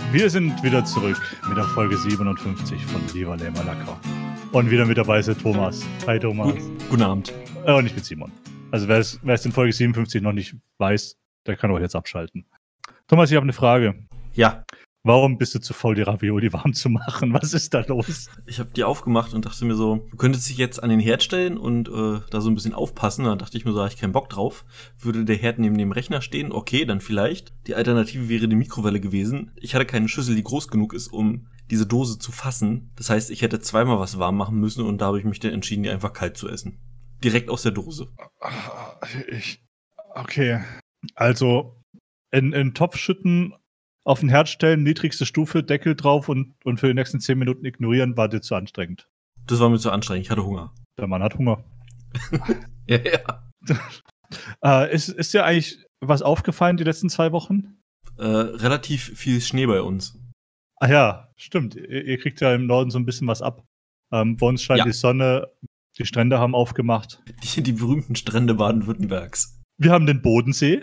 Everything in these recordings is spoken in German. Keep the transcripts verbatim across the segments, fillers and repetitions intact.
Wir sind wieder zurück mit der Folge siebenundfünfzig von Lieber Lämmer Lacker. Und wieder mit dabei ist der Thomas. Hi Thomas. Gut, guten Abend. Äh, und ich bin Simon. Also wer es, wer es in Folge siebenundfünfzig noch nicht weiß, der kann auch jetzt abschalten. Thomas, ich habe eine Frage. Ja. Warum bist du zu faul, die Ravioli warm zu machen? Was ist da los? Ich habe die aufgemacht und dachte mir so, du könntest dich jetzt an den Herd stellen und äh, da so ein bisschen aufpassen. Dann dachte ich mir so, habe ich keinen Bock drauf. Würde der Herd neben dem Rechner stehen? Okay, dann vielleicht. Die Alternative wäre die Mikrowelle gewesen. Ich hatte keine Schüssel, die groß genug ist, um diese Dose zu fassen. Das heißt, ich hätte zweimal was warm machen müssen und da habe ich mich dann entschieden, die einfach kalt zu essen. Direkt aus der Dose. Ich, okay. Also in, in den Topf schütten, auf den Herd stellen, niedrigste Stufe, Deckel drauf und, und für die nächsten zehn Minuten ignorieren, war dir zu anstrengend. Das war mir zu anstrengend, ich hatte Hunger. Der Mann hat Hunger. Ja, ja. äh, ist, ist dir eigentlich was aufgefallen die letzten zwei Wochen? Äh, relativ viel Schnee bei uns. Ah ja, stimmt. Ihr, ihr kriegt ja im Norden so ein bisschen was ab. Ähm, bei uns scheint Ja. die Sonne, die Strände haben aufgemacht. Die, die berühmten Strände Baden-Württembergs. Wir haben den Bodensee.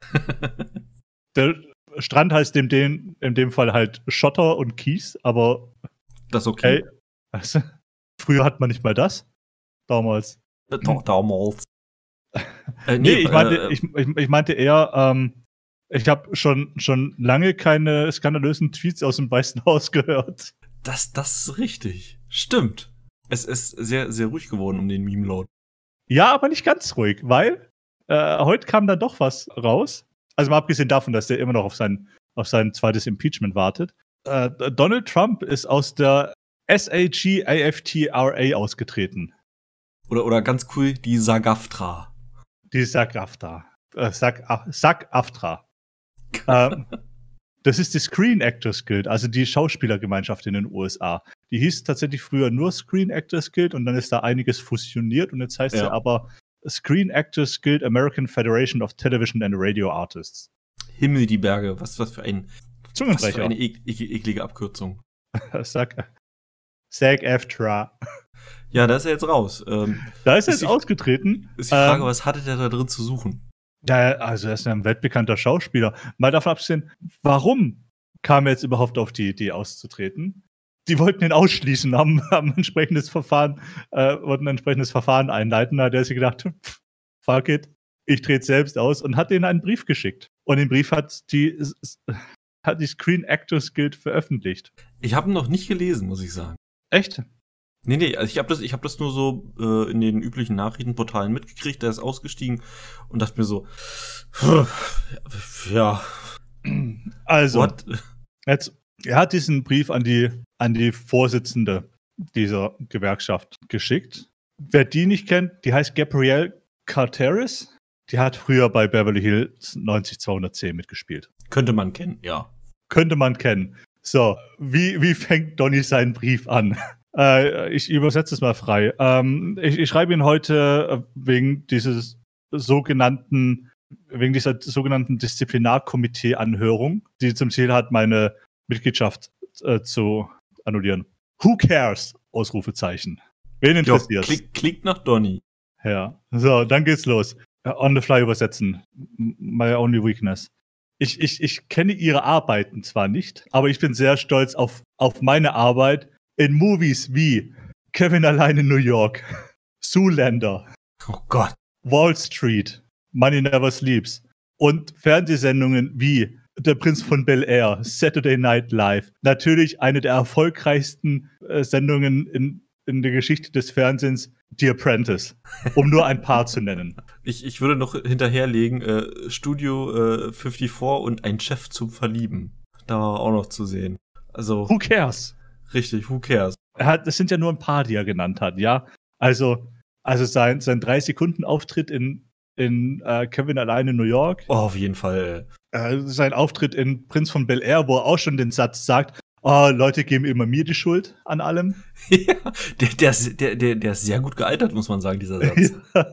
Der Strand heißt in dem, in dem Fall halt Schotter und Kies, aber Das ist okay. hey, also, früher hat man nicht mal das. Damals. Äh, Doch, damals. Äh, Nee, ich meinte, äh, ich, ich, ich meinte eher, ähm, ich habe schon, schon lange keine skandalösen Tweets aus dem Weißen Haus gehört. Das, das ist richtig. Stimmt. Es ist sehr, sehr ruhig geworden um den Meme-Load. Ja, aber nicht ganz ruhig, weil äh, heute kam dann doch was raus. Also mal abgesehen davon, dass der immer noch auf sein, auf sein zweites Impeachment wartet. Äh, Donald Trump ist aus der S A G A F T R A ausgetreten. Oder, oder ganz cool, die SAG-AFTRA. Die SAG-AFTRA. Äh, SAG-AFTRA. ähm, das ist die Screen Actors Guild, also die Schauspielergemeinschaft in den U S A. Die hieß tatsächlich früher nur Screen Actors Guild und dann ist da einiges fusioniert und jetzt heißt Ja. sie aber Screen Actors Guild American Federation of Television and Radio Artists. Himmel, die Berge. Was, was für ein, was für Zungenbrecher. eine ek, ek, eklige Abkürzung. Sag, SAG-AFTRA. Ja, da ist er jetzt raus. Ähm, Da ist er Ist jetzt die- ausgetreten. ist die Frage, Ähm, was hatte der da drin zu suchen? Ja, also er ist ein weltbekannter Schauspieler. Mal davon abgesehen, warum kam er jetzt überhaupt auf die Idee auszutreten? Die wollten ihn ausschließen, haben, haben ein entsprechendes Verfahren, äh, wollten ein entsprechendes Verfahren einleiten. Da hat er sich gedacht, pff, fuck it, ich trete selbst aus und hat denen einen Brief geschickt. Und den Brief hat die, hat die Screen Actors Guild veröffentlicht. Ich habe ihn noch nicht gelesen, muss ich sagen. Echt? Nee, nee, also ich habe das, ich hab das nur so äh, in den üblichen Nachrichtenportalen mitgekriegt. Der ist ausgestiegen und dachte mir so, ja, Also, what? jetzt, er hat diesen Brief an die, an die Vorsitzende dieser Gewerkschaft geschickt. Wer die nicht kennt, die heißt Gabrielle Carteris. Die hat früher bei Beverly Hills neunzig zweihundertzehn mitgespielt. Könnte man kennen, ja. Könnte man kennen. So, wie, wie fängt Donny seinen Brief an? Äh, ich übersetze es mal frei. Ähm, ich, ich schreibe ihn heute wegen dieses sogenannten, wegen dieser sogenannten Disziplinarkomitee-Anhörung, die zum Ziel hat, meine Mitgliedschaft äh, zu annullieren. Who cares? Ausrufezeichen. Wen Jo, interessiert? klick, klingt nach Donny. Ja. So, dann geht's los. Äh, On the fly übersetzen. M- My only weakness. Ich, ich, ich kenne ihre Arbeiten zwar nicht, aber ich bin sehr stolz auf, auf meine Arbeit in Movies wie Kevin allein in New York, Zoolander, Oh Gott. Wall Street, Money Never Sleeps und Fernsehsendungen wie Der Prinz von Bel-Air, Saturday Night Live. Natürlich eine der erfolgreichsten äh, Sendungen in, in der Geschichte des Fernsehens, The Apprentice, um nur ein paar zu nennen. Ich, ich würde noch hinterherlegen, äh, Studio äh, vierundfünfzig und ein Chef zum Verlieben. Da war auch noch zu sehen. Also, Who cares? richtig, who cares? Er hat, das sind ja nur ein paar, die er genannt hat, ja. Also, also sein, sein drei-Sekunden-Auftritt in, in äh, Kevin allein in New York, Oh, auf jeden Fall. äh, sein Auftritt in Prinz von Bel-Air, wo er auch schon den Satz sagt, oh, Leute geben immer mir die Schuld an allem. Ja, der, der, ist- der, der, der ist sehr gut gealtert, muss man sagen, dieser Satz.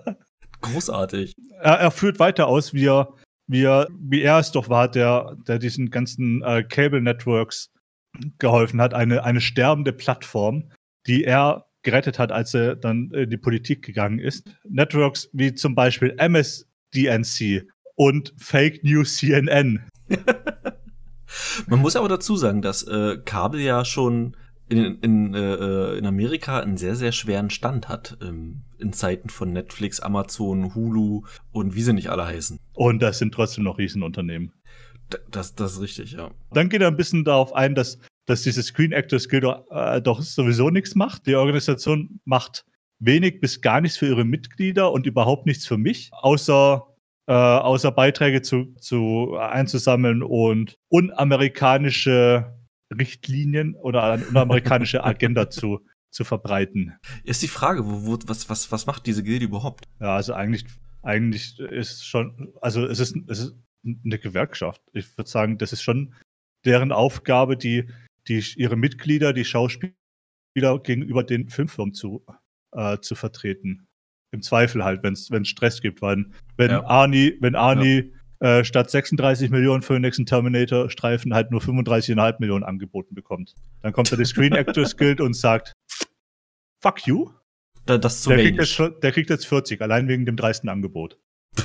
Großartig. er, er führt weiter aus, wie er, wie er, wie er es doch war, der, der diesen ganzen äh, Cable-Networks geholfen hat, eine, eine sterbende Plattform, die er gerettet hat, als er dann in die Politik gegangen ist. Networks wie zum Beispiel M S D N C und Fake News C N N. Man muss aber dazu sagen, dass äh, Kabel ja schon in, in, äh, in Amerika einen sehr, sehr schweren Stand hat. Ähm, in Zeiten von Netflix, Amazon, Hulu und wie sie nicht alle heißen. Und das sind trotzdem noch Riesenunternehmen. D- Das, das ist richtig, ja. Dann geht er ein bisschen darauf ein, dass, dass diese Screen Actors Guild äh, doch sowieso nichts macht. Die Organisation macht wenig bis gar nichts für ihre Mitglieder und überhaupt nichts für mich, außer, äh, außer Beiträge zu, zu einzusammeln und unamerikanische Richtlinien oder eine unamerikanische Agenda zu, zu verbreiten. Ist die Frage, wo, wo, was, was, was macht diese Gilde überhaupt? Ja, also eigentlich, eigentlich ist schon, also es ist, es ist eine Gewerkschaft. Ich würde sagen, das ist schon deren Aufgabe, die, die ihre Mitglieder, die Schauspieler gegenüber den Filmfirmen zu, äh, zu vertreten. Im Zweifel halt, wenn es Stress gibt, weil wenn Ja. Arnie, wenn Arnie ja. äh, statt sechsunddreißig Millionen für den nächsten Terminator-Streifen halt nur fünfunddreißig Komma fünf Millionen angeboten bekommt, dann kommt da die Screen Actors Guild und sagt, fuck you. Da, das ist zu der, wenig. kriegt jetzt, der kriegt jetzt vierzig, allein wegen dem dreisten Angebot.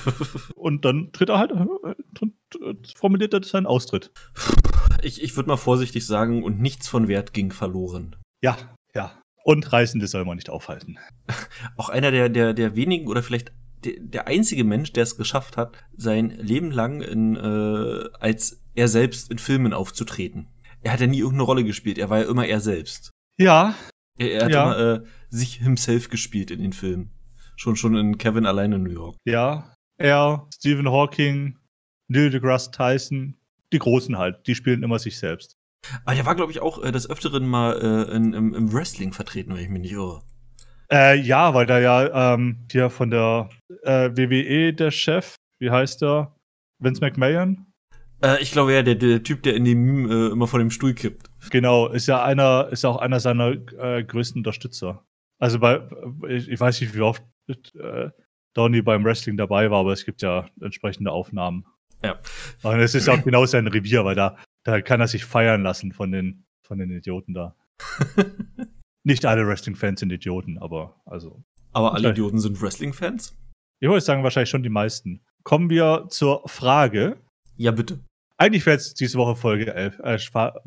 Und dann tritt er halt, äh, formuliert er seinen Austritt. Ich, ich würde mal vorsichtig sagen, und nichts von Wert ging verloren. Ja, ja. Und Reisende soll man nicht aufhalten. Auch einer der, der, der wenigen oder vielleicht der, der einzige Mensch, der es geschafft hat, sein Leben lang in, äh, als er selbst in Filmen aufzutreten. Er hat ja nie irgendeine Rolle gespielt, er war ja immer er selbst. Ja. Er, er hat ja. immer äh, sich himself gespielt in den Filmen. Schon, schon in Kevin allein in New York. Ja, er, Stephen Hawking, Neil deGrasse Tyson, die Großen halt, die spielen immer sich selbst. Aber der war, glaube ich, auch äh, des Öfteren mal äh, in, im, im Wrestling vertreten, wenn ich mich nicht irre. Äh, ja, weil da ja ähm, hier von der äh, W W E der Chef, wie heißt der? Vince McMahon? Äh, ich glaube ja, der, der Typ, der in dem Meme äh, immer von dem Stuhl kippt. Genau, ist ja einer, ist auch einer seiner äh, größten Unterstützer. Also bei, ich, ich weiß nicht, wie oft äh, Donny beim Wrestling dabei war, aber es gibt ja entsprechende Aufnahmen. Ja. Und es ist auch genau sein Revier, weil da, da kann er sich feiern lassen von den, von den Idioten da. Nicht alle Wrestling-Fans sind Idioten, aber also. Aber alle Idioten sind Wrestling-Fans? Ich würde sagen, wahrscheinlich schon die meisten. Kommen wir zur Frage. Ja, bitte. Eigentlich wäre jetzt diese Woche Folge elf, äh,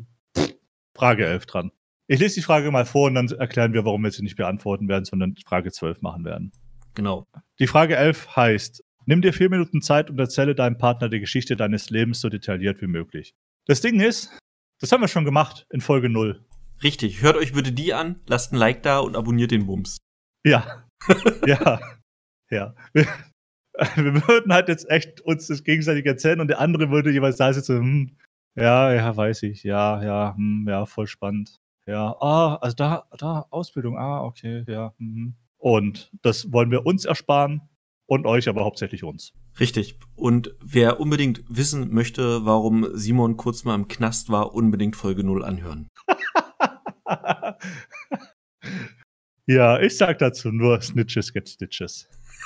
Frage elf dran. Ich lese die Frage mal vor und dann erklären wir, warum wir sie nicht beantworten werden, sondern Frage zwölf machen werden. Genau. Die Frage elf heißt, nimm dir vier Minuten Zeit und erzähle deinem Partner die Geschichte deines Lebens so detailliert wie möglich. Das Ding ist, das haben wir schon gemacht in Folge null. Richtig. Hört euch bitte die an, lasst ein Like da und abonniert den Bums. Ja. ja. Ja. Wir, wir würden halt jetzt echt uns das gegenseitig erzählen und der andere würde jeweils da sitzen, hm, ja, ja, weiß ich, ja, ja, hm, ja, voll spannend. Ja, ah, also da, da, Ausbildung, ah, okay, ja. Mhm. Und das wollen wir uns ersparen und euch, aber hauptsächlich uns. Richtig. Und wer unbedingt wissen möchte, warum Simon kurz mal im Knast war, unbedingt Folge null anhören. Ja, ich sag dazu nur Snitches get Stitches.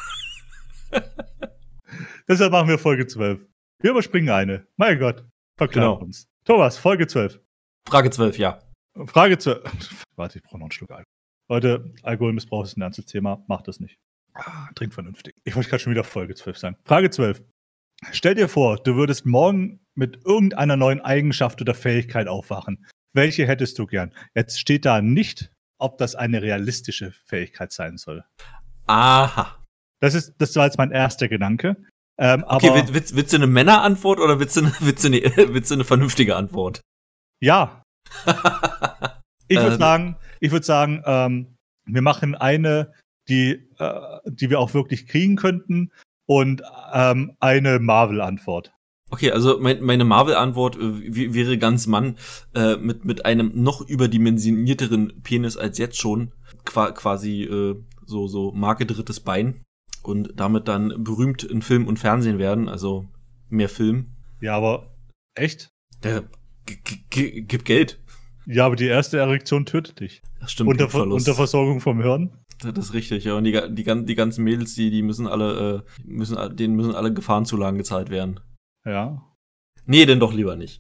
Deshalb machen wir Folge zwölf. Wir überspringen eine. Mein Gott, verklagen Genau. uns. Thomas, Folge zwölf. Frage zwölf, ja. Frage zwölf. Warte, ich brauche noch einen Schluck Alkohol. Leute, Alkoholmissbrauch ist ein ernstes Thema. Macht das nicht. Ah, trinkt vernünftig. Ich wollte gerade schon wieder Folge zwölf sagen. Frage zwölf. Stell dir vor, du würdest morgen mit irgendeiner neuen Eigenschaft oder Fähigkeit aufwachen. Welche hättest du gern? Jetzt steht da nicht, ob das eine realistische Fähigkeit sein soll. Aha. Das ist, das war jetzt mein erster Gedanke. Ähm, Okay, aber willst, willst, willst du eine Männerantwort oder willst du eine, willst du eine, willst du eine vernünftige Antwort? ja, ich würde Ähm. sagen, ich würde sagen, ähm, wir machen eine, die, äh, die wir auch wirklich kriegen könnten und ähm, eine Marvel-Antwort. Okay, also mein, meine Marvel-Antwort äh, w- wäre ganz Mann äh, mit, mit einem noch überdimensionierteren Penis als jetzt schon. Qua- quasi äh, so, so Marke drittes Bein. Und damit dann berühmt in Film und Fernsehen werden, also mehr Film. Ja, aber echt? Der g- g- g- gibt Geld. Ja, aber die erste Erektion tötet dich. Das stimmt. Unter, Blutverlust. Unterversorgung vom Hirn? Das ist richtig, ja. Und die, ga- die, gan- die ganzen Mädels, die, die müssen alle, äh, müssen, a- denen müssen alle Gefahrenzulagen gezahlt werden. Ja. Nee, denn doch lieber nicht.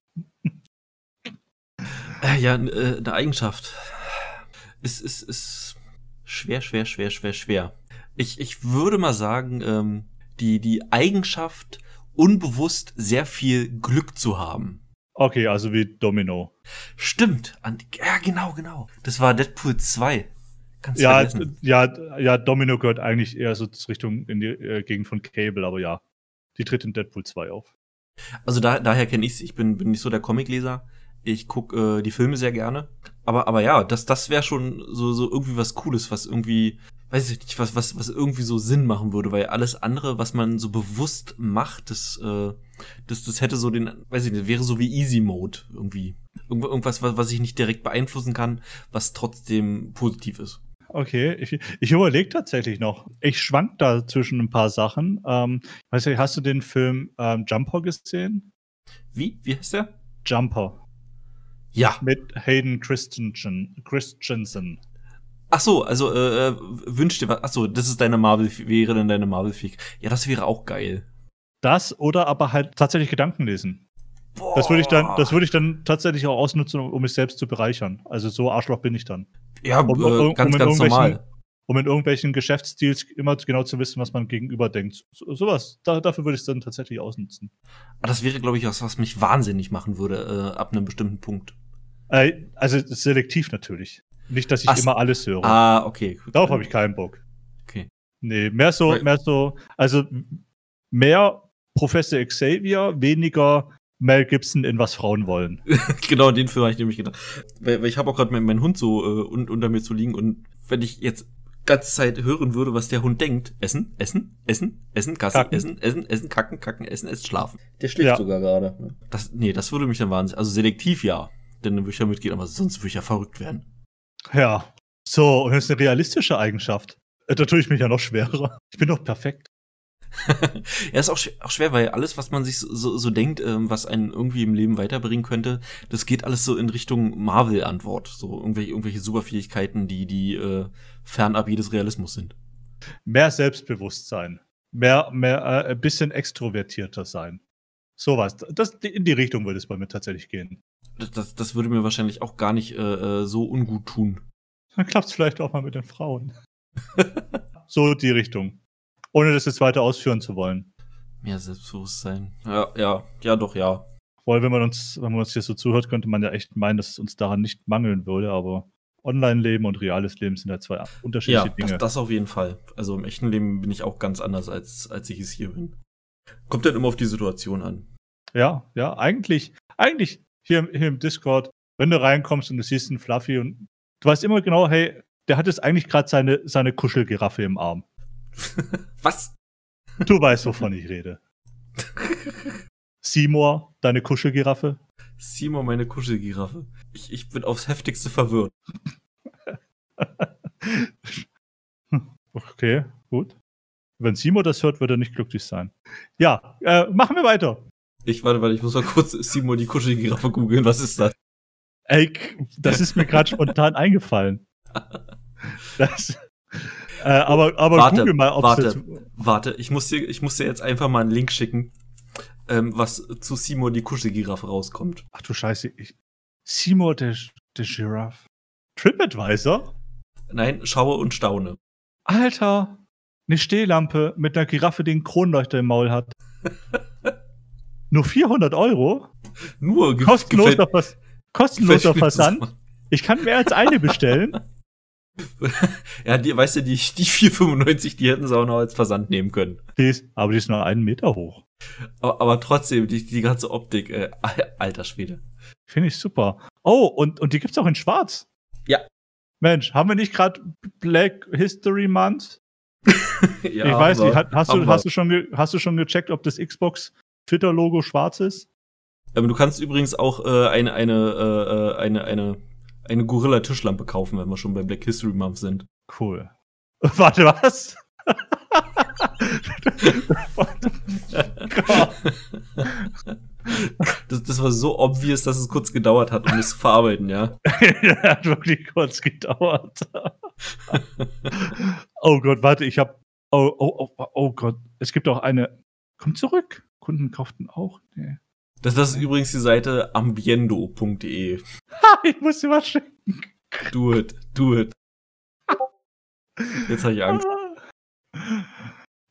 äh, ja, n- äh, eine Eigenschaft. Ist, ist, ist schwer, schwer, schwer, schwer, schwer. Ich, ich würde mal sagen, ähm, die, die Eigenschaft, unbewusst sehr viel Glück zu haben. Okay, also wie Domino. Stimmt. An, ja, genau, genau. Das war Deadpool zwei. Ganz Ja, vergessen. ja, ja, Domino gehört eigentlich eher so zur Richtung in die äh, Gegend von Cable, aber ja, die tritt in Deadpool zwei auf. Also da, daher kenne ich's. Ich bin, bin nicht so der Comicleser. Ich gucke äh, die Filme sehr gerne. Aber, aber ja, das, das wäre schon so, so irgendwie was Cooles, was irgendwie, weiß ich nicht, was, was, was irgendwie so Sinn machen würde, weil alles andere, was man so bewusst macht, das, äh, das, das hätte so den, weiß ich nicht, wäre so wie Easy Mode irgendwie. Irgendw- Irgendwas, was, was ich nicht direkt beeinflussen kann, was trotzdem positiv ist. Okay, ich, ich überlege tatsächlich noch. Ich schwank da zwischen ein paar Sachen. Ähm, weißt du, hast du den Film ähm, Jumper gesehen? Wie? Wie heißt der? Jumper. Ja. Mit Hayden Christensen. Christensen. Ach so, also äh, äh, wünsch dir was. Ach so, das ist deine Marvel, wäre dann deine Marvel-Fick. Ja, das wäre auch geil. Das oder aber halt tatsächlich Gedanken lesen. Boah. Das würde ich dann, das würde ich dann tatsächlich auch ausnutzen, um mich selbst zu bereichern. Also so Arschloch bin ich dann. Ja, Um, äh, um, ganz, um in ganz normal. Um in irgendwelchen Geschäftsdeals immer genau zu wissen, was man gegenüber denkt. So, sowas. Da, dafür würde ich es dann tatsächlich ausnutzen. Aber das wäre, glaube ich, was, was mich wahnsinnig machen würde, äh, ab einem bestimmten Punkt. Äh, also selektiv natürlich. Nicht, dass ich Ach, immer alles höre. Ah, okay. Gut. Darauf habe ich keinen Bock. Okay. Nee, mehr so, Right. mehr so, also mehr Professor Xavier, weniger Mel Gibson in was Frauen wollen. Genau, den Film habe ich nämlich gedacht. Weil, weil ich habe auch gerade meinen, meinen Hund so äh, un, unter mir zu liegen und wenn ich jetzt ganze Zeit hören würde, was der Hund denkt, essen, essen, essen, essen, Kasse, Kacken. essen, essen, essen, kacken, kacken, essen, essen, schlafen. Der schläft Ja. sogar gerade. Das, nee, das würde mich dann wahnsinnig, also selektiv ja, denn dann würde ich ja mitgehen, aber sonst würde ich ja verrückt werden. Ja. So, und das ist eine realistische Eigenschaft. Äh, Da tue ich mich ja noch schwerer. Ich bin doch perfekt. Ja, ist auch, schwer, auch schwer, weil alles, was man sich so, so, so denkt, ähm, was einen irgendwie im Leben weiterbringen könnte, das geht alles so in Richtung Marvel-Antwort. So irgendwelche, irgendwelche Superfähigkeiten, die, die äh, fernab jedes Realismus sind. Mehr Selbstbewusstsein. Mehr, mehr, äh, ein bisschen extrovertierter sein. Sowas. Das, in die Richtung würde es bei mir tatsächlich gehen. Das, das, das würde mir wahrscheinlich auch gar nicht äh, äh, so ungut tun. Dann klappt es vielleicht auch mal mit den Frauen. So die Richtung. Ohne das jetzt weiter ausführen zu wollen. Mehr Selbstbewusstsein. Ja, ja, ja, doch, ja. Weil wenn man uns, wenn man uns hier so zuhört, könnte man ja echt meinen, dass es uns daran nicht mangeln würde, aber Online-Leben und reales Leben sind ja zwei unterschiedliche Ja, Dinge. das, das auf jeden Fall. Also im echten Leben bin ich auch ganz anders, als, als ich es hier bin. Kommt dann immer auf die Situation an. Ja, ja, eigentlich, eigentlich hier, hier im Discord, wenn du reinkommst und du siehst einen Fluffy und du weißt immer genau, hey, der hat jetzt eigentlich gerade seine, seine Kuschelgiraffe im Arm. Was? Du weißt, wovon ich rede. Seymour, deine Kuschelgiraffe? Simon, meine Kuschelgiraffe. Ich, ich bin aufs Heftigste verwirrt. Okay, gut. Wenn Seymour das hört, wird er nicht glücklich sein. Ja, äh, machen wir weiter. Ich warte, warte, ich muss mal kurz Simon die Kuschelgiraffe googeln. Was ist das? Ey, das ist mir gerade spontan eingefallen. Das, äh, aber aber Warte, google mal, ob warte, es warte. Ich muss dir, ich muss dir jetzt einfach mal einen Link schicken, ähm, was zu Simon die Kuschelgiraffe rauskommt. Ach du Scheiße, ich, Seymour der, der Giraffe. TripAdvisor? Nein, schaue und staune. Alter, eine Stehlampe mit einer Giraffe, die einen Kronleuchter im Maul hat. Nur vierhundert Euro? Nur ge- Kostenloser, Vers kostenloser gefällt mir Versand? zusammen. Ich kann mehr als eine bestellen. Ja, die, weißt du, die, die vier fünfundneunzig, die hätten sie auch noch als Versand nehmen können. Die ist, aber die ist nur einen Meter hoch. Aber, aber trotzdem, die, die ganze Optik, äh, alter Schwede. Finde ich super. Oh, und, und die gibt's auch in schwarz. Ja. Mensch, haben wir nicht gerade Black History Month? Ja, Ich weiß aber- nicht, hast, hast, haben du, wir. hast, du schon ge, hast du schon gecheckt, ob das Xbox Twitter-Logo schwarz ist? Ähm, du kannst übrigens auch äh, eine, eine, äh, eine, eine, eine Gorilla-Tischlampe kaufen, wenn wir schon bei Black History Month sind. Cool. Warte, was? das, das war so obvious, dass es kurz gedauert hat, um es zu verarbeiten, ja. Das hat wirklich kurz gedauert. Oh Gott, warte, ich hab. Oh, oh, oh, oh Gott. Es gibt auch eine. Komm zurück. Kunden kauften auch. Nee. Das, das ist übrigens die Seite ambiendo punkt de. Ha, ich muss dir was schicken. Do it, do it. Jetzt habe ich Angst.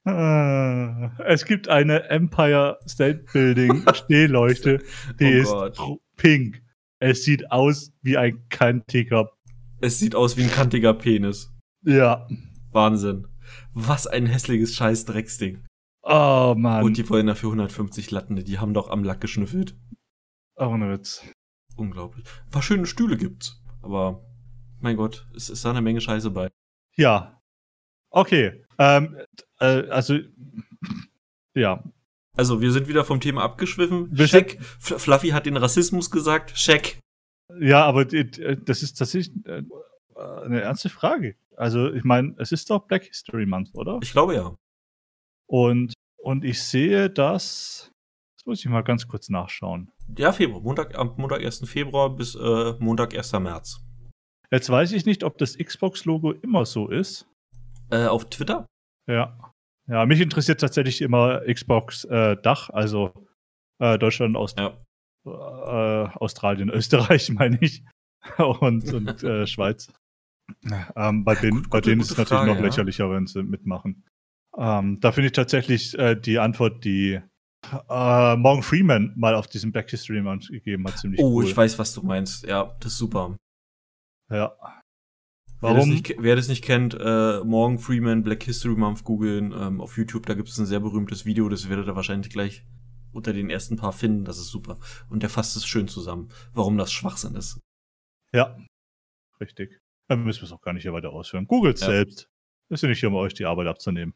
Äh, es gibt eine Empire State Building Stehleuchte, die Oh ist Gott. pr- pink. Es sieht aus wie ein kantiger. Es sieht aus wie ein kantiger Penis. Ja. Wahnsinn. Was ein hässliches scheiß Drecksding. Oh Mann. Und die wollen dafür hundertfünfzig Latten, die haben doch am Lack geschnüffelt. Ohne Witz. Unglaublich. Ein paar schöne Stühle gibt's, aber mein Gott, es ist da eine Menge Scheiße bei. Ja. Okay. Ähm, äh, also, ja. Also, wir sind wieder vom Thema abgeschwiffen. Wir Check. F- Fluffy hat den Rassismus gesagt. Check. Ja, aber die, das ist tatsächlich äh, eine ernste Frage. Also, ich meine, es ist doch Black History Month, oder? Ich glaube ja. Und, und ich sehe das. Das muss ich mal ganz kurz nachschauen. Ja, Februar. Montag, am Montag, ersten Februar bis äh, Montag, ersten März. Jetzt weiß ich nicht, ob das Xbox-Logo immer so ist. Äh, auf Twitter? Ja. Ja, mich interessiert tatsächlich immer Xbox-Dach, also äh, Deutschland, Aust Ja. äh, Australien, Österreich, meine ich. Und, und äh, Schweiz. Ähm, bei denen, Gut, bei gute- denen gute ist es natürlich Frage, noch ja. lächerlicher, wenn sie mitmachen. Ähm, da finde ich tatsächlich äh, die Antwort, die äh, Morgan Freeman mal auf diesem Black History Month gegeben hat, ziemlich Oh, cool. ich weiß, was du meinst. Ja, das ist super. Ja. Wer das Warum? nicht, ke- wer das nicht kennt, äh, Morgan Freeman, Black History Month googeln. Ähm, auf YouTube, da gibt es ein sehr berühmtes Video, das werdet ihr wahrscheinlich gleich unter den ersten paar finden. Das ist super. Und der fasst es schön zusammen, warum das Schwachsinn ist. Ja. Richtig. Dann müssen wir es auch gar nicht hier weiter ausführen. Googelt Ja. selbst. Das ist ja nicht hier, um euch die Arbeit abzunehmen.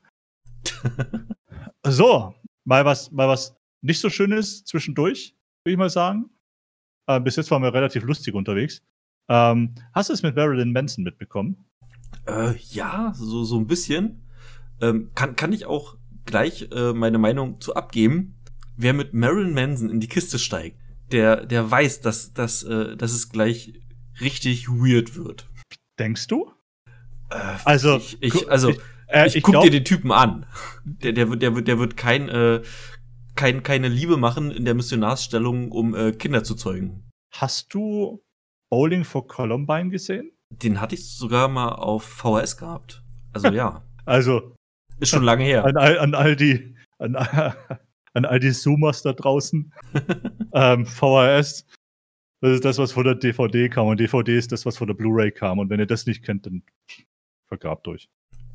So, mal was, mal was nicht so Schönes zwischendurch, würde ich mal sagen. Äh, bis jetzt waren wir relativ lustig unterwegs. Ähm, hast du es mit Marilyn Manson mitbekommen? Äh, ja, so, so ein bisschen. Ähm, kann, kann ich auch gleich äh, meine Meinung zu abgeben. Wer mit Marilyn Manson in die Kiste steigt, der, der weiß, dass, dass, äh, dass es gleich richtig weird wird. Denkst du? Äh, Also, ich, ich, gu- also, ich, äh, ich ich guck glaub- dir den Typen an. Der, der wird, der wird, der wird kein, äh, kein, keine Liebe machen in der Missionarsstellung, um äh, Kinder zu zeugen. Hast du Bowling for Columbine gesehen? Den hatte ich sogar mal auf V H S gehabt. Also ja, Also, ist schon lange her. an all, an all die, an, an all die Zoomers da draußen. ähm, V H S, das ist das, was von der D V D kam. Und D V D ist das, was von der Blu-ray kam. Und wenn ihr das nicht kennt, dann vergrabt euch.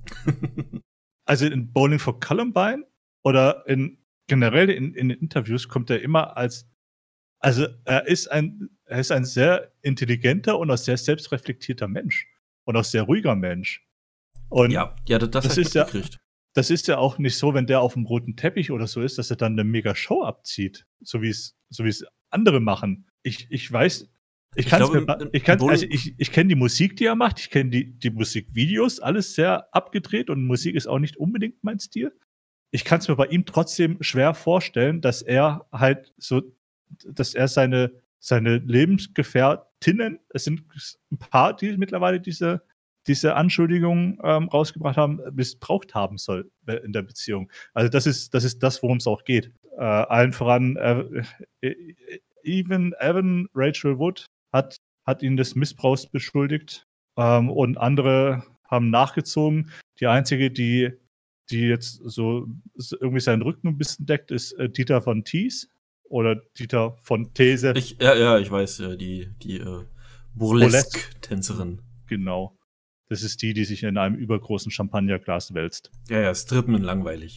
Also in Bowling for Columbine oder in generell in, in den Interviews kommt er immer als, also er ist ein, er ist ein sehr intelligenter und auch sehr selbstreflektierter Mensch und auch sehr ruhiger Mensch. Und ja, ja, das, das, das hab ich ist ja- mitgekriegt. das ist ja auch nicht so, wenn der auf dem roten Teppich oder so ist, dass er dann eine mega Show abzieht, so wie es, so wie es andere machen. Ich, ich weiß, ich Ich kann glaube, mir, ba- im- ich kann, im also Bowling- ich, ich kenne die Musik, die er macht, ich kenne die, die Musikvideos, alles sehr abgedreht und Musik ist auch nicht unbedingt mein Stil. Ich kann es mir bei ihm trotzdem schwer vorstellen, dass er halt so, dass er seine, seine Lebensgefährtinnen, es sind ein paar, die mittlerweile diese, diese Anschuldigungen ähm, rausgebracht haben, missbraucht haben soll in der Beziehung. Also das ist das, ist das worum es auch geht. Äh, allen voran, äh, äh, even Evan Rachel Wood hat, hat ihn des Missbrauchs beschuldigt ähm, und andere haben nachgezogen. Die einzige, die, die jetzt so, so irgendwie seinen Rücken ein bisschen deckt, ist äh, Dieter von Thies oder Dieter von These. Ich, ja, ja, ich weiß, ja, die, die äh, Burlesque-Tänzerin. Genau. Das ist die, die sich in einem übergroßen Champagnerglas wälzt. Ja, ja, Strippen langweilig.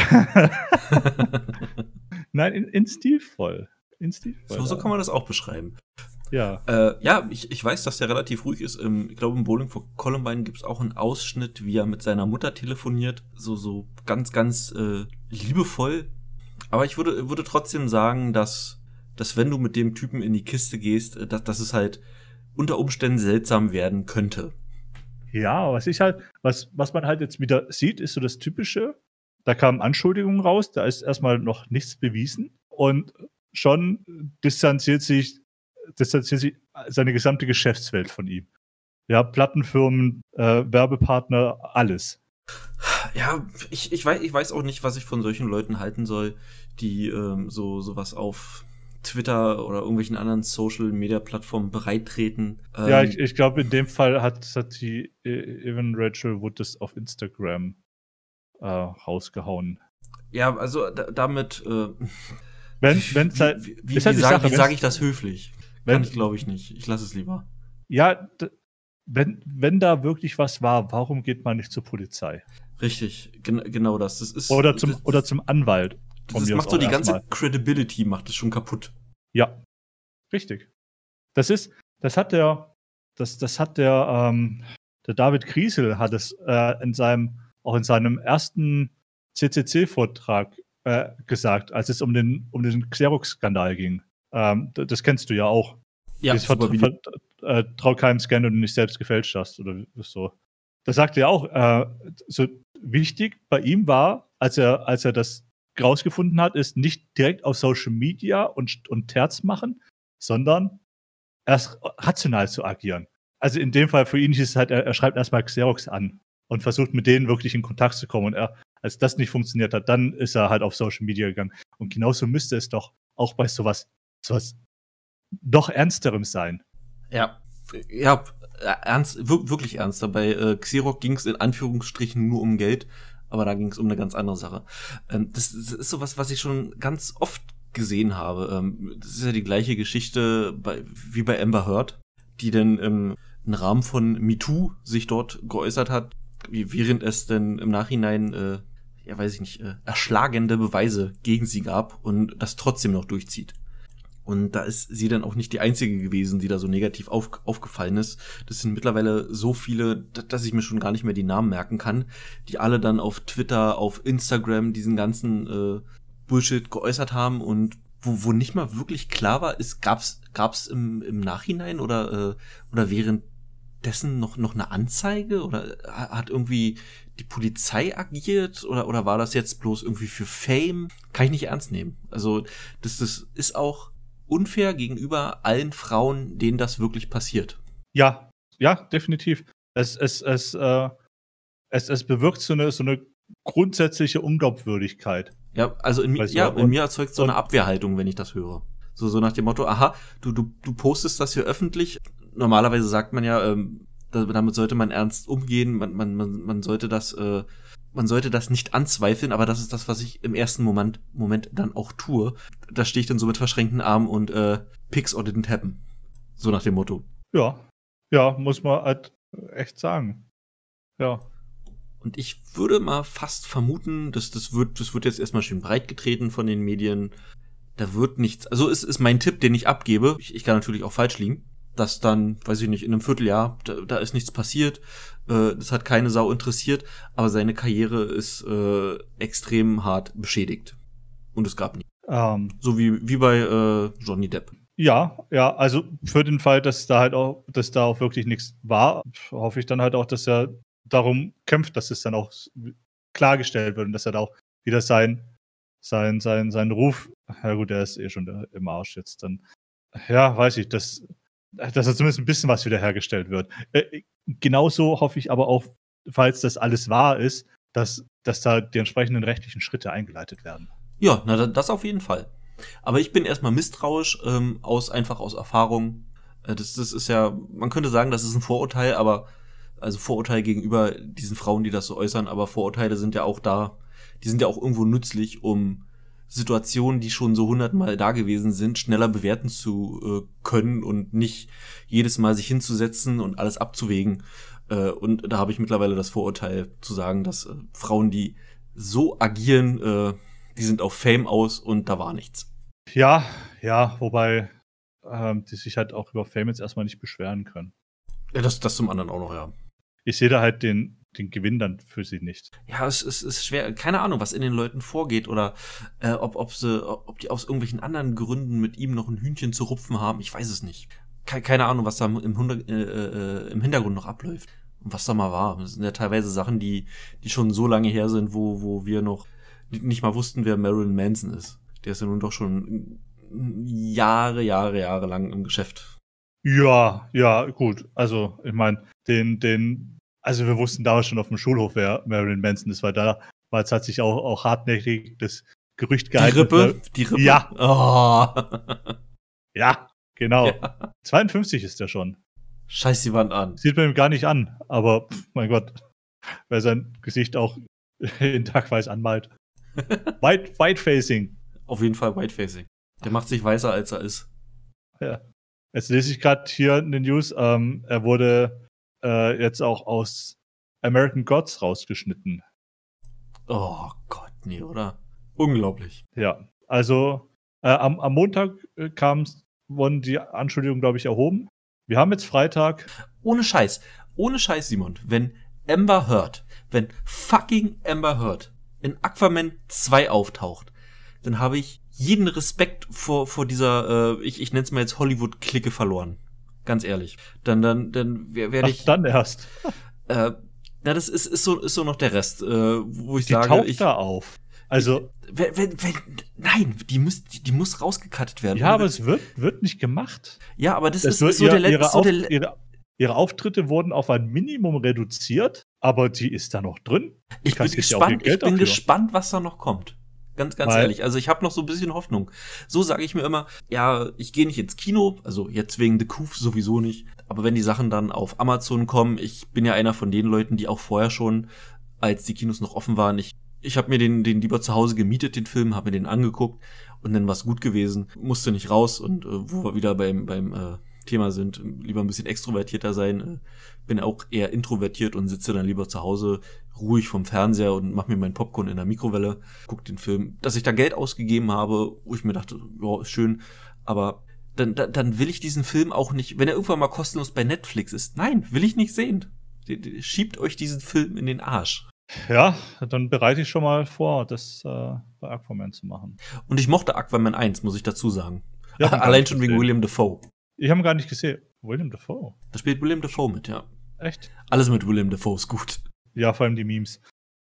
Nein, in, in stilvoll. In stilvoll. So, so kann man das auch beschreiben. Ja. Äh, ja, ich, ich weiß, dass der relativ ruhig ist. Ähm, ich glaube, im Bowling for Columbine gibt es auch einen Ausschnitt, wie er mit seiner Mutter telefoniert. So, so ganz, ganz äh, liebevoll. Aber ich würde, würde trotzdem sagen, dass, dass wenn du mit dem Typen in die Kiste gehst, äh, dass, dass es halt unter Umständen seltsam werden könnte. Ja, was ich halt, was, was man halt jetzt wieder sieht, ist so das Typische. Da kamen Anschuldigungen raus, da ist erstmal noch nichts bewiesen und schon distanziert sich, distanziert sich seine gesamte Geschäftswelt von ihm. Ja, Plattenfirmen, äh, Werbepartner, alles. Ja, ich, ich, weiß, ich weiß auch nicht, was ich von solchen Leuten halten soll, die ähm, so sowas auf Twitter oder irgendwelchen anderen Social-Media-Plattformen bereittreten. Ähm, Ja, ich, ich glaube, in dem Fall hat, hat die äh, Evan Rachel Wood das auf Instagram äh, rausgehauen. Ja, also da, damit äh, wenn, wenn's halt, wie, wie, ist halt wie die sage Sache, sag ich das höflich? wenn- Kann ich, glaube ich, nicht. Ich lasse es lieber. Ja, d- wenn, wenn da wirklich was war, warum geht man nicht zur Polizei? Richtig, gen genau das. Das ist Oder zum, das, oder zum Anwalt. das, Von das mir macht aus so auch die ganze erstmal. Credibility, macht es schon kaputt. Ja, richtig. Das ist, das hat der, das, das hat der, ähm, der David Griesel hat es äh, in seinem, auch in seinem ersten C C C-Vortrag äh, gesagt, als es um den, um den Xerox-Skandal ging. Ähm, d- das kennst du ja auch. Ja, Dieses super Vert- Video. Ver- äh, Trau keinem Scan, den du nicht selbst gefälscht hast oder so. Das sagte er auch. Äh, so wichtig bei ihm war, als er, als er das rausgefunden hat, ist nicht direkt auf Social Media und, und Terz machen, sondern erst rational zu agieren. Also in dem Fall für ihn ist es halt, er, er schreibt erstmal Xerox an und versucht mit denen wirklich in Kontakt zu kommen. Und er, als das nicht funktioniert hat, dann ist er halt auf Social Media gegangen. Und genauso müsste es doch auch bei sowas, sowas doch Ernsterem sein. Ja, ja, ernst, wir- wirklich ernst. Bei äh, Xerox ging es in Anführungsstrichen nur um Geld, aber da ging es um eine ganz andere Sache. Ähm, das, das ist sowas, was ich schon ganz oft gesehen habe. Ähm, das ist ja die gleiche Geschichte bei, wie bei Amber Heard, die dann im, im Rahmen von MeToo sich dort geäußert hat, wie- während es denn im Nachhinein, äh, ja weiß ich nicht, äh, erschlagende Beweise gegen sie gab und das trotzdem noch durchzieht. Und da ist sie dann auch nicht die einzige gewesen, die da so negativ auf, aufgefallen ist. Das sind mittlerweile so viele, da- dass ich mir schon gar nicht mehr die Namen merken kann, die alle dann auf Twitter, auf Instagram diesen ganzen äh, Bullshit geäußert haben und wo, wo nicht mal wirklich klar war, ist, gab's, gab's im, im Nachhinein oder, äh, oder währenddessen noch, noch eine Anzeige oder ha- hat irgendwie die Polizei agiert oder, oder war das jetzt bloß irgendwie für Fame? Kann ich nicht ernst nehmen. Also, das, das ist auch unfair gegenüber allen Frauen, denen das wirklich passiert. Ja, ja, definitiv. Es, es, es, äh, es, es bewirkt so eine, so eine grundsätzliche Unglaubwürdigkeit. Ja, also in, mir- Weißt du, ja, in und- mir erzeugt so eine und- Abwehrhaltung, wenn ich das höre. So, so nach dem Motto, aha, du, du, du postest das hier öffentlich. Normalerweise sagt man ja, ähm, da, damit sollte man ernst umgehen, man, man, man, man sollte das, äh, man sollte das nicht anzweifeln, aber das ist das, was ich im ersten Moment, Moment dann auch tue. Da stehe ich dann so mit verschränkten Armen und äh, Pics or didn't happen. So nach dem Motto. Ja, ja, muss man halt echt sagen. Ja. Und ich würde mal fast vermuten, dass das wird, das wird jetzt erstmal schön breit getreten von den Medien. Da wird nichts, also ist, ist mein Tipp, den ich abgebe. Ich, ich kann natürlich auch falsch liegen. Dass dann, weiß ich nicht, in einem Vierteljahr, da, da ist nichts passiert. Äh, das hat keine Sau interessiert. Aber seine Karriere ist äh, extrem hart beschädigt. Und es gab nie. Ähm, So wie, wie bei äh, Johnny Depp. ja, ja, also für den Fall, dass da halt auch, dass da auch wirklich nichts war, hoffe ich dann halt auch, dass er darum kämpft, dass es dann auch s- klargestellt wird und dass er da auch wieder sein, sein, sein, sein Ruf, ja gut, der ist eh schon da im Arsch jetzt dann. Ja, weiß ich, dass, dass er zumindest ein bisschen was wiederhergestellt wird. Äh, genauso hoffe ich aber auch, falls das alles wahr ist, dass, dass da die entsprechenden rechtlichen Schritte eingeleitet werden. Ja, na, da- das auf jeden Fall. Aber ich bin erstmal misstrauisch, ähm, aus, einfach aus Erfahrung. Äh, das, das ist ja, man könnte sagen, das ist ein Vorurteil, aber, also Vorurteil gegenüber diesen Frauen, die das so äußern, aber Vorurteile sind ja auch da, die sind ja auch irgendwo nützlich, um Situationen, die schon so hundertmal da gewesen sind, schneller bewerten zu äh, können und nicht jedes Mal sich hinzusetzen und alles abzuwägen. Äh, und da habe ich mittlerweile das Vorurteil zu sagen, dass äh, Frauen, die so agieren, äh, die sind auf Fame aus und da war nichts. Ja, ja, wobei ähm, die sich halt auch über Fame jetzt erstmal nicht beschweren können. Ja, das, das zum anderen auch noch, ja. Ich sehe da halt den, den Gewinn dann für sie nicht. Ja, es, es ist schwer. Keine Ahnung, was in den Leuten vorgeht oder äh, ob, ob, sie, ob die aus irgendwelchen anderen Gründen mit ihm noch ein Hühnchen zu rupfen haben. Ich weiß es nicht. Ke- keine Ahnung, was da im, Hund- äh, äh, im Hintergrund noch abläuft und was da mal war. Das sind ja teilweise Sachen, die, die schon so lange her sind, wo, wo wir noch nicht mal wussten, wer Marilyn Manson ist. Der ist ja nun doch schon Jahre, Jahre, Jahre lang im Geschäft. Ja, ja, gut. Also, ich meine, den, den, also wir wussten damals schon auf dem Schulhof, wer Marilyn Manson ist, weil da, weil es hat sich auch, auch hartnäckig das Gerücht Die gehalten. Rippe? Die Rippe? Ja. Oh. Ja, genau. Ja. zweiundfünfzig ist der schon. Scheiß die Wand an. Sieht man ihm gar nicht an, aber pff, mein Gott, wer sein Gesicht auch in Dark-Weiß anmalt. White, White-Facing. Auf jeden Fall White-Facing. Der macht sich weißer, als er ist. Ja. Jetzt lese ich gerade hier in den News, ähm, er wurde äh, jetzt auch aus American Gods rausgeschnitten. Oh Gott, nee, oder? Unglaublich. Ja, also äh, am, am Montag äh, kam, wurden die Anschuldigungen, glaube ich, erhoben. Wir haben jetzt Freitag. Ohne Scheiß, ohne Scheiß, Simon, wenn Amber Heard, wenn fucking Amber Heard in Aquaman zwei auftaucht, dann habe ich jeden Respekt vor, vor dieser, äh, ich, ich nenne es mal jetzt Hollywood-Clique verloren. Ganz ehrlich. Dann, dann, dann werde ich. Ach, dann erst. Äh, na, das ist, ist so, ist so noch der Rest, äh, wo ich die sage, taucht ich. da auf. Also. Ich, wenn, wenn, wenn, nein, die muss, die, die muss rausgekattet werden. Ja, aber es wird, wird nicht gemacht. Ja, aber das, das ist, wird, ist so ihr, der letzte. ihre, so Auf, der, ihre, ihre Auftritte wurden auf ein Minimum reduziert, aber die ist da noch drin. Ich bin gespannt, ich bin gespannt, was da noch kommt. Ganz, ganz Weil, ehrlich. Also ich habe noch so ein bisschen Hoffnung. So sage ich mir immer, ja, ich gehe nicht ins Kino, also jetzt wegen The Coof sowieso nicht. Aber wenn die Sachen dann auf Amazon kommen, ich bin ja einer von den Leuten, die auch vorher schon, als die Kinos noch offen waren, ich, ich habe mir den, den lieber zu Hause gemietet, den Film, habe mir den angeguckt und dann war es gut gewesen. Musste nicht raus und äh, wo wir wieder beim, beim äh, Thema sind, lieber ein bisschen extrovertierter sein. Äh, bin auch eher introvertiert und sitze dann lieber zu Hause ruhig vom Fernseher und mache mir meinen Popcorn in der Mikrowelle, guck den Film. Dass ich da Geld ausgegeben habe, wo ich mir dachte, ja, ist schön, aber dann, dann, dann will ich diesen Film auch nicht, wenn er irgendwann mal kostenlos bei Netflix ist, nein, will ich nicht sehen. Schiebt euch diesen Film in den Arsch. Ja, dann bereite ich schon mal vor, das äh, bei Aquaman zu machen. Und ich mochte Aquaman eins, muss ich dazu sagen. Ja, allein schon wegen William Dafoe. Ich habe ihn gar nicht gesehen. William Dafoe? Da spielt William Dafoe mit, ja. Echt? Alles mit William Dafoe ist gut. Ja, vor allem die Memes.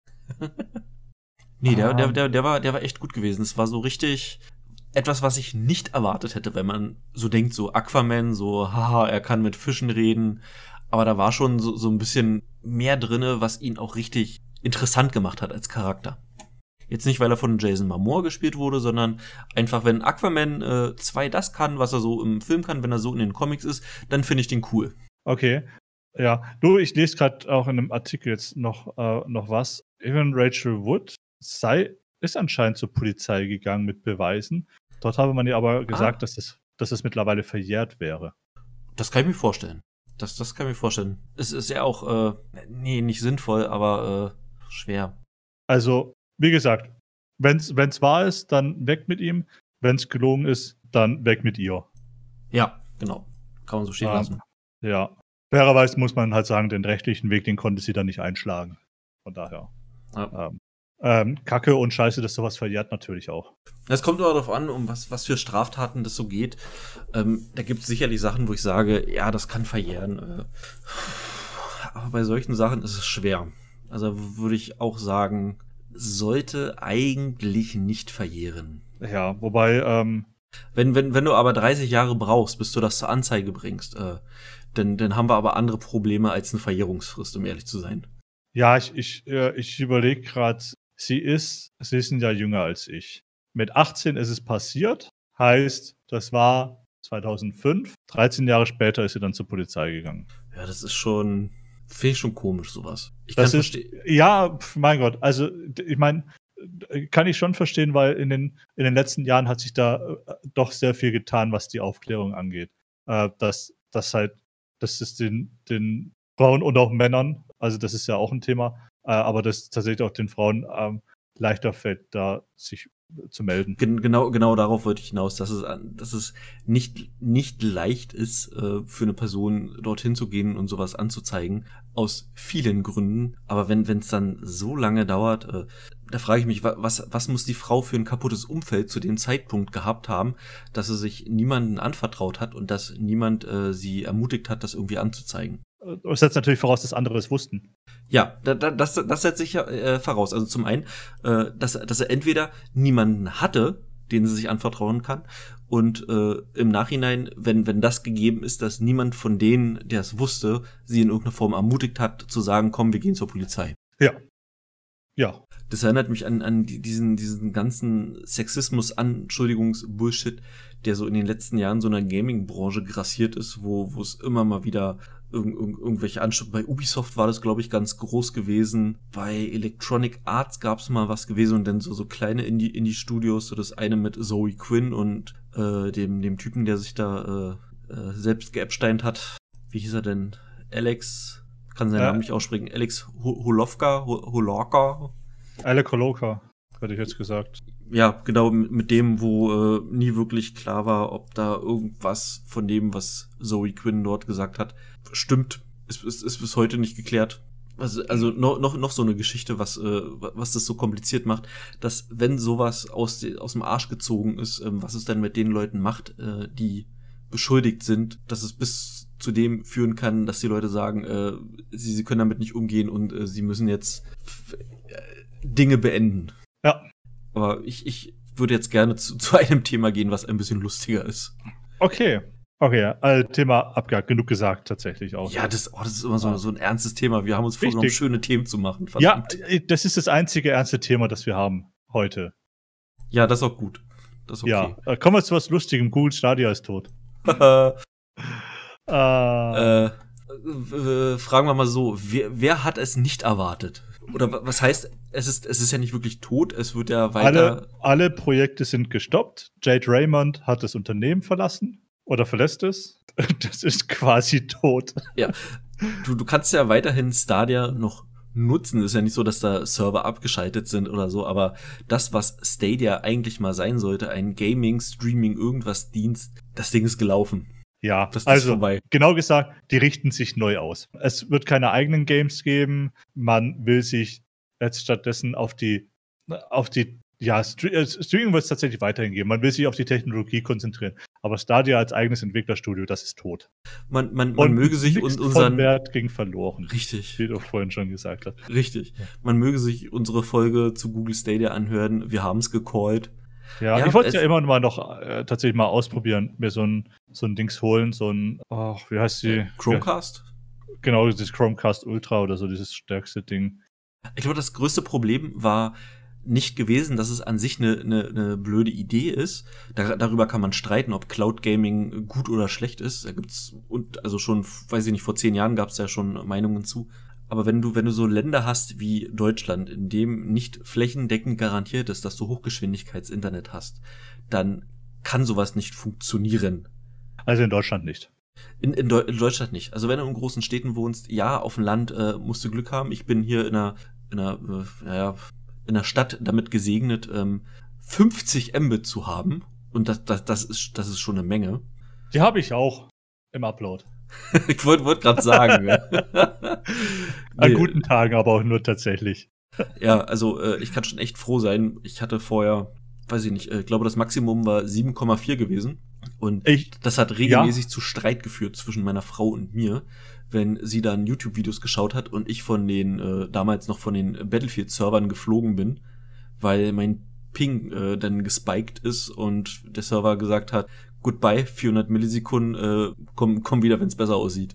Nee, der, der, der, der, war, der war echt gut gewesen. Es war so richtig etwas, was ich nicht erwartet hätte, wenn man so denkt, so Aquaman, so, haha, er kann mit Fischen reden. Aber da war schon so, so ein bisschen mehr drinne, was ihn auch richtig interessant gemacht hat als Charakter. Jetzt nicht, weil er von Jason Momoa gespielt wurde, sondern einfach, wenn Aquaman zwei äh, das kann, was er so im Film kann, wenn er so in den Comics ist, dann finde ich den cool. Okay. Ja, du, ich lese gerade auch in einem Artikel jetzt noch, äh, noch was. Even Rachel Wood sei, ist anscheinend zur Polizei gegangen mit Beweisen. Dort habe man ihr aber gesagt, ah. dass, das, dass das mittlerweile verjährt wäre. Das kann ich mir vorstellen. Das, das kann ich mir vorstellen. Es ist ja auch, äh, nee, nicht sinnvoll, aber äh, schwer. Also, wie gesagt, wenn es wahr ist, dann weg mit ihm. Wenn es gelogen ist, dann weg mit ihr. Ja, genau. Kann man so stehen ähm, lassen. Ja. Fairerweise muss man halt sagen, den rechtlichen Weg, den konnte sie dann nicht einschlagen. Von daher. Ja. Ähm, ähm, Kacke und Scheiße, dass sowas verjährt natürlich auch. Es kommt aber darauf an, um was, was für Straftaten das so geht. Ähm, da gibt es sicherlich Sachen, wo ich sage, ja, das kann verjähren. Äh, aber bei solchen Sachen ist es schwer. Also würde ich auch sagen, sollte eigentlich nicht verjähren. Ja, wobei, ähm, Wenn, wenn, wenn du aber dreißig Jahre brauchst, bis du das zur Anzeige bringst, äh, dann, dann haben wir aber andere Probleme als eine Verjährungsfrist, um ehrlich zu sein. Ja, ich, ich, äh, ich überlege gerade, sie ist, sie ist ein Jahr jünger als ich. Mit achtzehn ist es passiert, heißt, das war zweitausendfünf, dreizehn Jahre später ist sie dann zur Polizei gegangen. Ja, das ist schon, finde ich schon komisch, sowas. Ich das kann ist, verstehen. Ja, mein Gott, also ich meine, kann ich schon verstehen, weil in den, in den letzten Jahren hat sich da äh, doch sehr viel getan, was die Aufklärung angeht. Äh, dass, dass halt, dass es den, den Frauen und auch Männern, also das ist ja auch ein Thema, äh, aber dass tatsächlich auch den Frauen ähm, leichter fällt, da sich zu melden. Gen- genau, genau darauf wollte ich hinaus, dass es, dass es nicht, nicht leicht ist, äh, für eine Person dorthin zu gehen und sowas anzuzeigen, aus vielen Gründen. Aber wenn es dann so lange dauert, äh, da frage ich mich, was, was muss die Frau für ein kaputtes Umfeld zu dem Zeitpunkt gehabt haben, dass sie sich niemanden anvertraut hat und dass niemand äh, sie ermutigt hat, das irgendwie anzuzeigen. Das setzt natürlich voraus, dass andere es wussten. Ja, da, da, das, das setzt sich ja äh, voraus. Also zum einen, äh, dass, dass er entweder niemanden hatte, den sie sich anvertrauen kann, und äh, im Nachhinein, wenn, wenn das gegeben ist, dass niemand von denen, der es wusste, sie in irgendeiner Form ermutigt hat, zu sagen, komm, wir gehen zur Polizei. Ja. Ja. Das erinnert mich an, an diesen, diesen ganzen Sexismus-Anschuldigungs-Bullshit, der so in den letzten Jahren so in der Gaming-Branche grassiert ist, wo wo es immer mal wieder irg irg irgendwelche Anschuldigungen, bei Ubisoft war das, glaube ich, ganz groß gewesen, bei Electronic Arts gab es mal was gewesen und dann so so kleine Indie- Indie-Studios, so das eine mit Zoe Quinn und äh, dem dem Typen, der sich da äh, äh, selbst geepsteint hat. Wie hieß er denn? Alex, kann seinen Äh. Namen nicht aussprechen, Alex Holovka, Holorka? Alec Holowka, hätte ich jetzt gesagt. Ja, genau, mit mit dem, wo äh, nie wirklich klar war, ob da irgendwas von dem, was Zoe Quinn dort gesagt hat, stimmt. Ist, ist, ist bis heute nicht geklärt. Also, also noch, noch, noch so eine Geschichte, was, äh, was das so kompliziert macht, dass wenn sowas aus, de, aus dem Arsch gezogen ist, ähm, was es dann mit den Leuten macht, äh, die beschuldigt sind, dass es bis zu dem führen kann, dass die Leute sagen, äh, sie, sie können damit nicht umgehen und äh, sie müssen jetzt f- äh, Dinge beenden. Ja. Aber ich, ich würde jetzt gerne zu, zu einem Thema gehen, was ein bisschen lustiger ist. Okay. Okay, also Thema abgehakt, genug gesagt tatsächlich auch. Ja, das, oh, das ist immer so, Ah. so ein ernstes Thema. Wir haben uns vorgenommen, Richtig. schöne Themen zu machen. Ja, Verdammt. äh, das ist das einzige ernste Thema, das wir haben heute. Ja, das ist auch gut. Das ist okay. Ja, äh, kommen wir zu was Lustigem. Google Stadia ist tot. Ja. Äh, äh, äh, fragen wir mal so, wer, wer hat es nicht erwartet? Oder wa- was heißt, es ist, es ist ja nicht wirklich tot, es wird ja weiter. alle, alle Projekte sind gestoppt. Jade Raymond hat das Unternehmen verlassen oder verlässt es. Das ist quasi tot. Du, du kannst ja weiterhin Stadia noch nutzen. Es ist ja nicht so, dass da Server abgeschaltet sind oder so, aber das, was Stadia eigentlich mal sein sollte, ein Gaming, Streaming, irgendwas Dienst, das Ding ist gelaufen. Ja, Das ist also vorbei. genau gesagt, die richten sich neu aus. Es wird keine eigenen Games geben. Man will sich jetzt stattdessen auf die, auf die, ja, Stre äh, Streaming wird es tatsächlich weiterhin geben. Man will sich auf die Technologie konzentrieren. Aber Stadia als eigenes Entwicklerstudio, das ist tot. Man, man, man möge sich nichts un von unseren. Wert ging verloren, Richtig, wie du vorhin schon gesagt hast. richtig. Ja. Man möge sich unsere Folge zu Google Stadia anhören. Wir haben es gecallt. Ja, Ja, ich wollte es es- ja immer mal noch äh, tatsächlich mal ausprobieren, mir so ein, so ein Dings holen, so ein, oh, wie heißt die? Chromecast? Ja, genau, dieses Chromecast Ultra oder so, dieses stärkste Ding. Ich glaube, das größte Problem war nicht gewesen, dass es an sich eine, eine, eine blöde Idee ist. Da, darüber kann man streiten, ob Cloud Gaming gut oder schlecht ist. Da gibt's und also schon, weiß ich nicht, vor zehn Jahren gab es ja schon Meinungen zu. Aber wenn du wenn du so Länder hast wie Deutschland, in dem nicht flächendeckend garantiert ist, dass du Hochgeschwindigkeits-Internet hast, dann kann sowas nicht funktionieren. Also in Deutschland nicht. In, in, Deu in Deutschland nicht. Also wenn du in großen Städten wohnst, ja, auf dem Land äh, musst du Glück haben. Ich bin hier in einer, in einer, äh, naja, in einer Stadt damit gesegnet, ähm, fünfzig Mbit zu haben. Und das, das, das, ist, das ist schon eine Menge. Die habe ich auch im Upload. Ich wollte wollt gerade sagen. An Nee, guten Tagen aber auch nur tatsächlich. Ja, also äh, ich kann schon echt froh sein. Ich hatte vorher, weiß ich nicht, ich äh, glaube das Maximum war sieben Komma vier gewesen. Und Ich, das hat regelmäßig zu Streit geführt zwischen meiner Frau und mir, wenn sie dann YouTube-Videos geschaut hat und ich von den, äh, damals noch von den Battlefield-Servern geflogen bin, weil mein Ping äh, dann gespiked ist und der Server gesagt hat, goodbye, vierhundert Millisekunden, äh, komm, komm wieder, wenn es besser aussieht.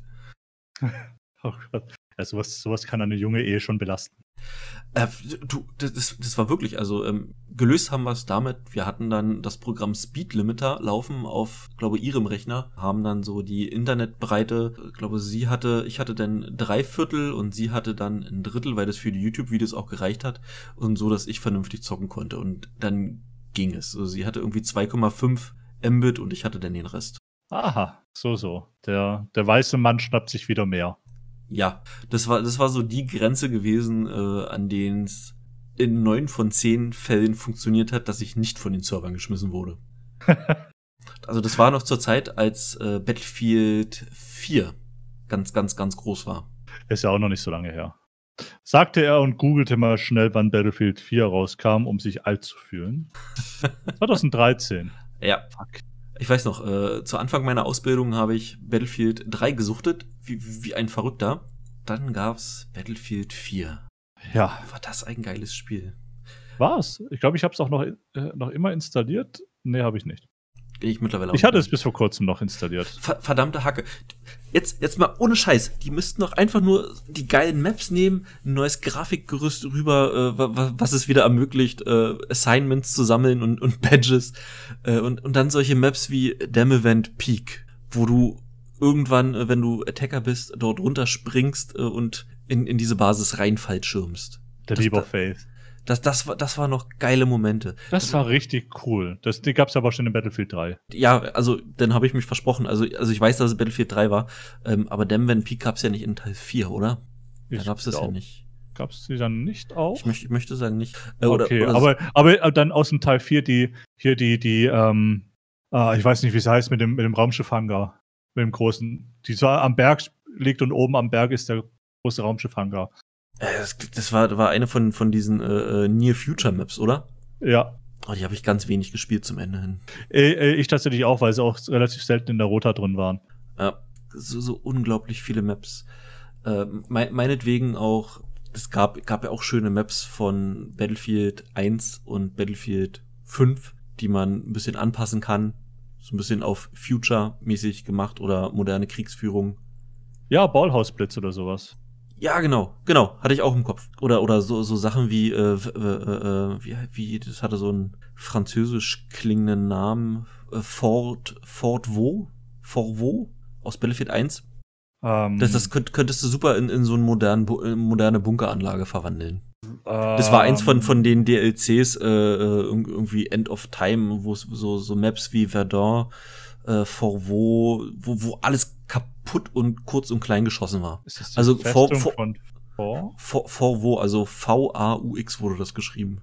oh Gott. Ja, sowas, sowas kann eine junge Ehe schon belasten. Äh, du, das, das war wirklich, also ähm, gelöst haben wir es damit, wir hatten dann das Programm Speed Limiter laufen auf, glaube ihrem Rechner, haben dann so die Internetbreite, ich glaube sie hatte, ich hatte dann drei Viertel und sie hatte dann ein Drittel, weil das für die YouTube-Videos auch gereicht hat und so, dass ich vernünftig zocken konnte und dann ging es. Also sie hatte irgendwie zwei Komma fünf Mbit und ich hatte dann den Rest. Aha, so, so. Der, der weiße Mann schnappt sich wieder mehr. Ja, das war, das war so die Grenze gewesen, äh, an denen es in neun von zehn Fällen funktioniert hat, dass ich nicht von den Servern geschmissen wurde. Also das war noch zur Zeit, als äh, Battlefield vier ganz, ganz, ganz groß war. Ist ja auch noch nicht so lange her. Sagte er und googelte mal schnell, wann Battlefield vier rauskam, um sich alt zu fühlen. zwanzig dreizehn. Ja. Fuck. Ich weiß noch, äh, zu Anfang meiner Ausbildung habe ich Battlefield drei gesuchtet, wie, wie ein Verrückter. Dann gab's Battlefield vier. Ja, War das ein geiles Spiel? war's. Ich glaube, ich habe es auch noch, äh, noch immer installiert. Nee, habe ich nicht. Ich mittlerweile auch. Ich hatte es bis vor kurzem noch installiert. Ver- verdammte Hacke. Jetzt, jetzt mal ohne Scheiß. Die müssten doch einfach nur die geilen Maps nehmen, ein neues Grafikgerüst rüber, äh, wa- was es wieder ermöglicht, äh, Assignments zu sammeln und, und Badges. Äh, und, und dann solche Maps wie Dam Event Peak, wo du irgendwann, äh, wenn du Attacker bist, dort runterspringst äh, und in, in diese Basis reinfallschirmst. Der Leap of Faith. Das, das, war, das waren noch geile Momente. Das war richtig cool. Das, die gab's aber schon in Battlefield drei. Ja, also, dann habe ich mich versprochen. Also, also ich weiß, dass es Battlefield drei war, ähm, aber Dam Event Peak gab's ja nicht in Teil vier, oder? Da Ich gab's das ja glaub, nicht. Gab's die dann nicht auch? Ich, möcht, ich möchte sagen nicht. Äh, oder, okay, oder aber, aber dann aus dem Teil vier die, hier die, die, ähm, äh, ich weiß nicht, wie es heißt, mit dem, mit dem Raumschiffhangar. Mit dem großen, die so am Berg liegt und oben am Berg ist der große Raumschiffhangar. Äh, das, das war, war eine von, von diesen äh, Near Future Maps, oder? Ja. Oh, die habe ich ganz wenig gespielt zum Ende hin. Äh, äh, ich tatsächlich auch, weil sie auch relativ selten in der Rota drin waren. Ja, so, so unglaublich viele Maps. Äh, me meinetwegen auch, es gab, gab ja auch schöne Maps von Battlefield eins und Battlefield fünf, die man ein bisschen anpassen kann. So ein bisschen auf Future-mäßig gemacht oder moderne Kriegsführung. Ja, Ballhausblitz oder sowas. Ja, genau, genau, hatte ich auch im Kopf. Oder oder so so Sachen wie äh, äh, äh, wie wie das hatte so einen französisch klingenden Namen, äh, Fort Fort Vaux, Fort Vaux aus Battlefield eins. Ähm, Das das könnt, könntest du super in in so eine modernen Bu- äh, moderne Bunkeranlage verwandeln. ähm, Das war eins von von den D L Cs äh, äh, irg- irgendwie End of Time, wo es so so Maps wie Verdun, äh, Fort Vaux, wo wo alles kaputt und kurz und klein geschossen war. Ist das die Also vor, Festung vor, von vor? vor, vor wo, also V A U X wurde das geschrieben.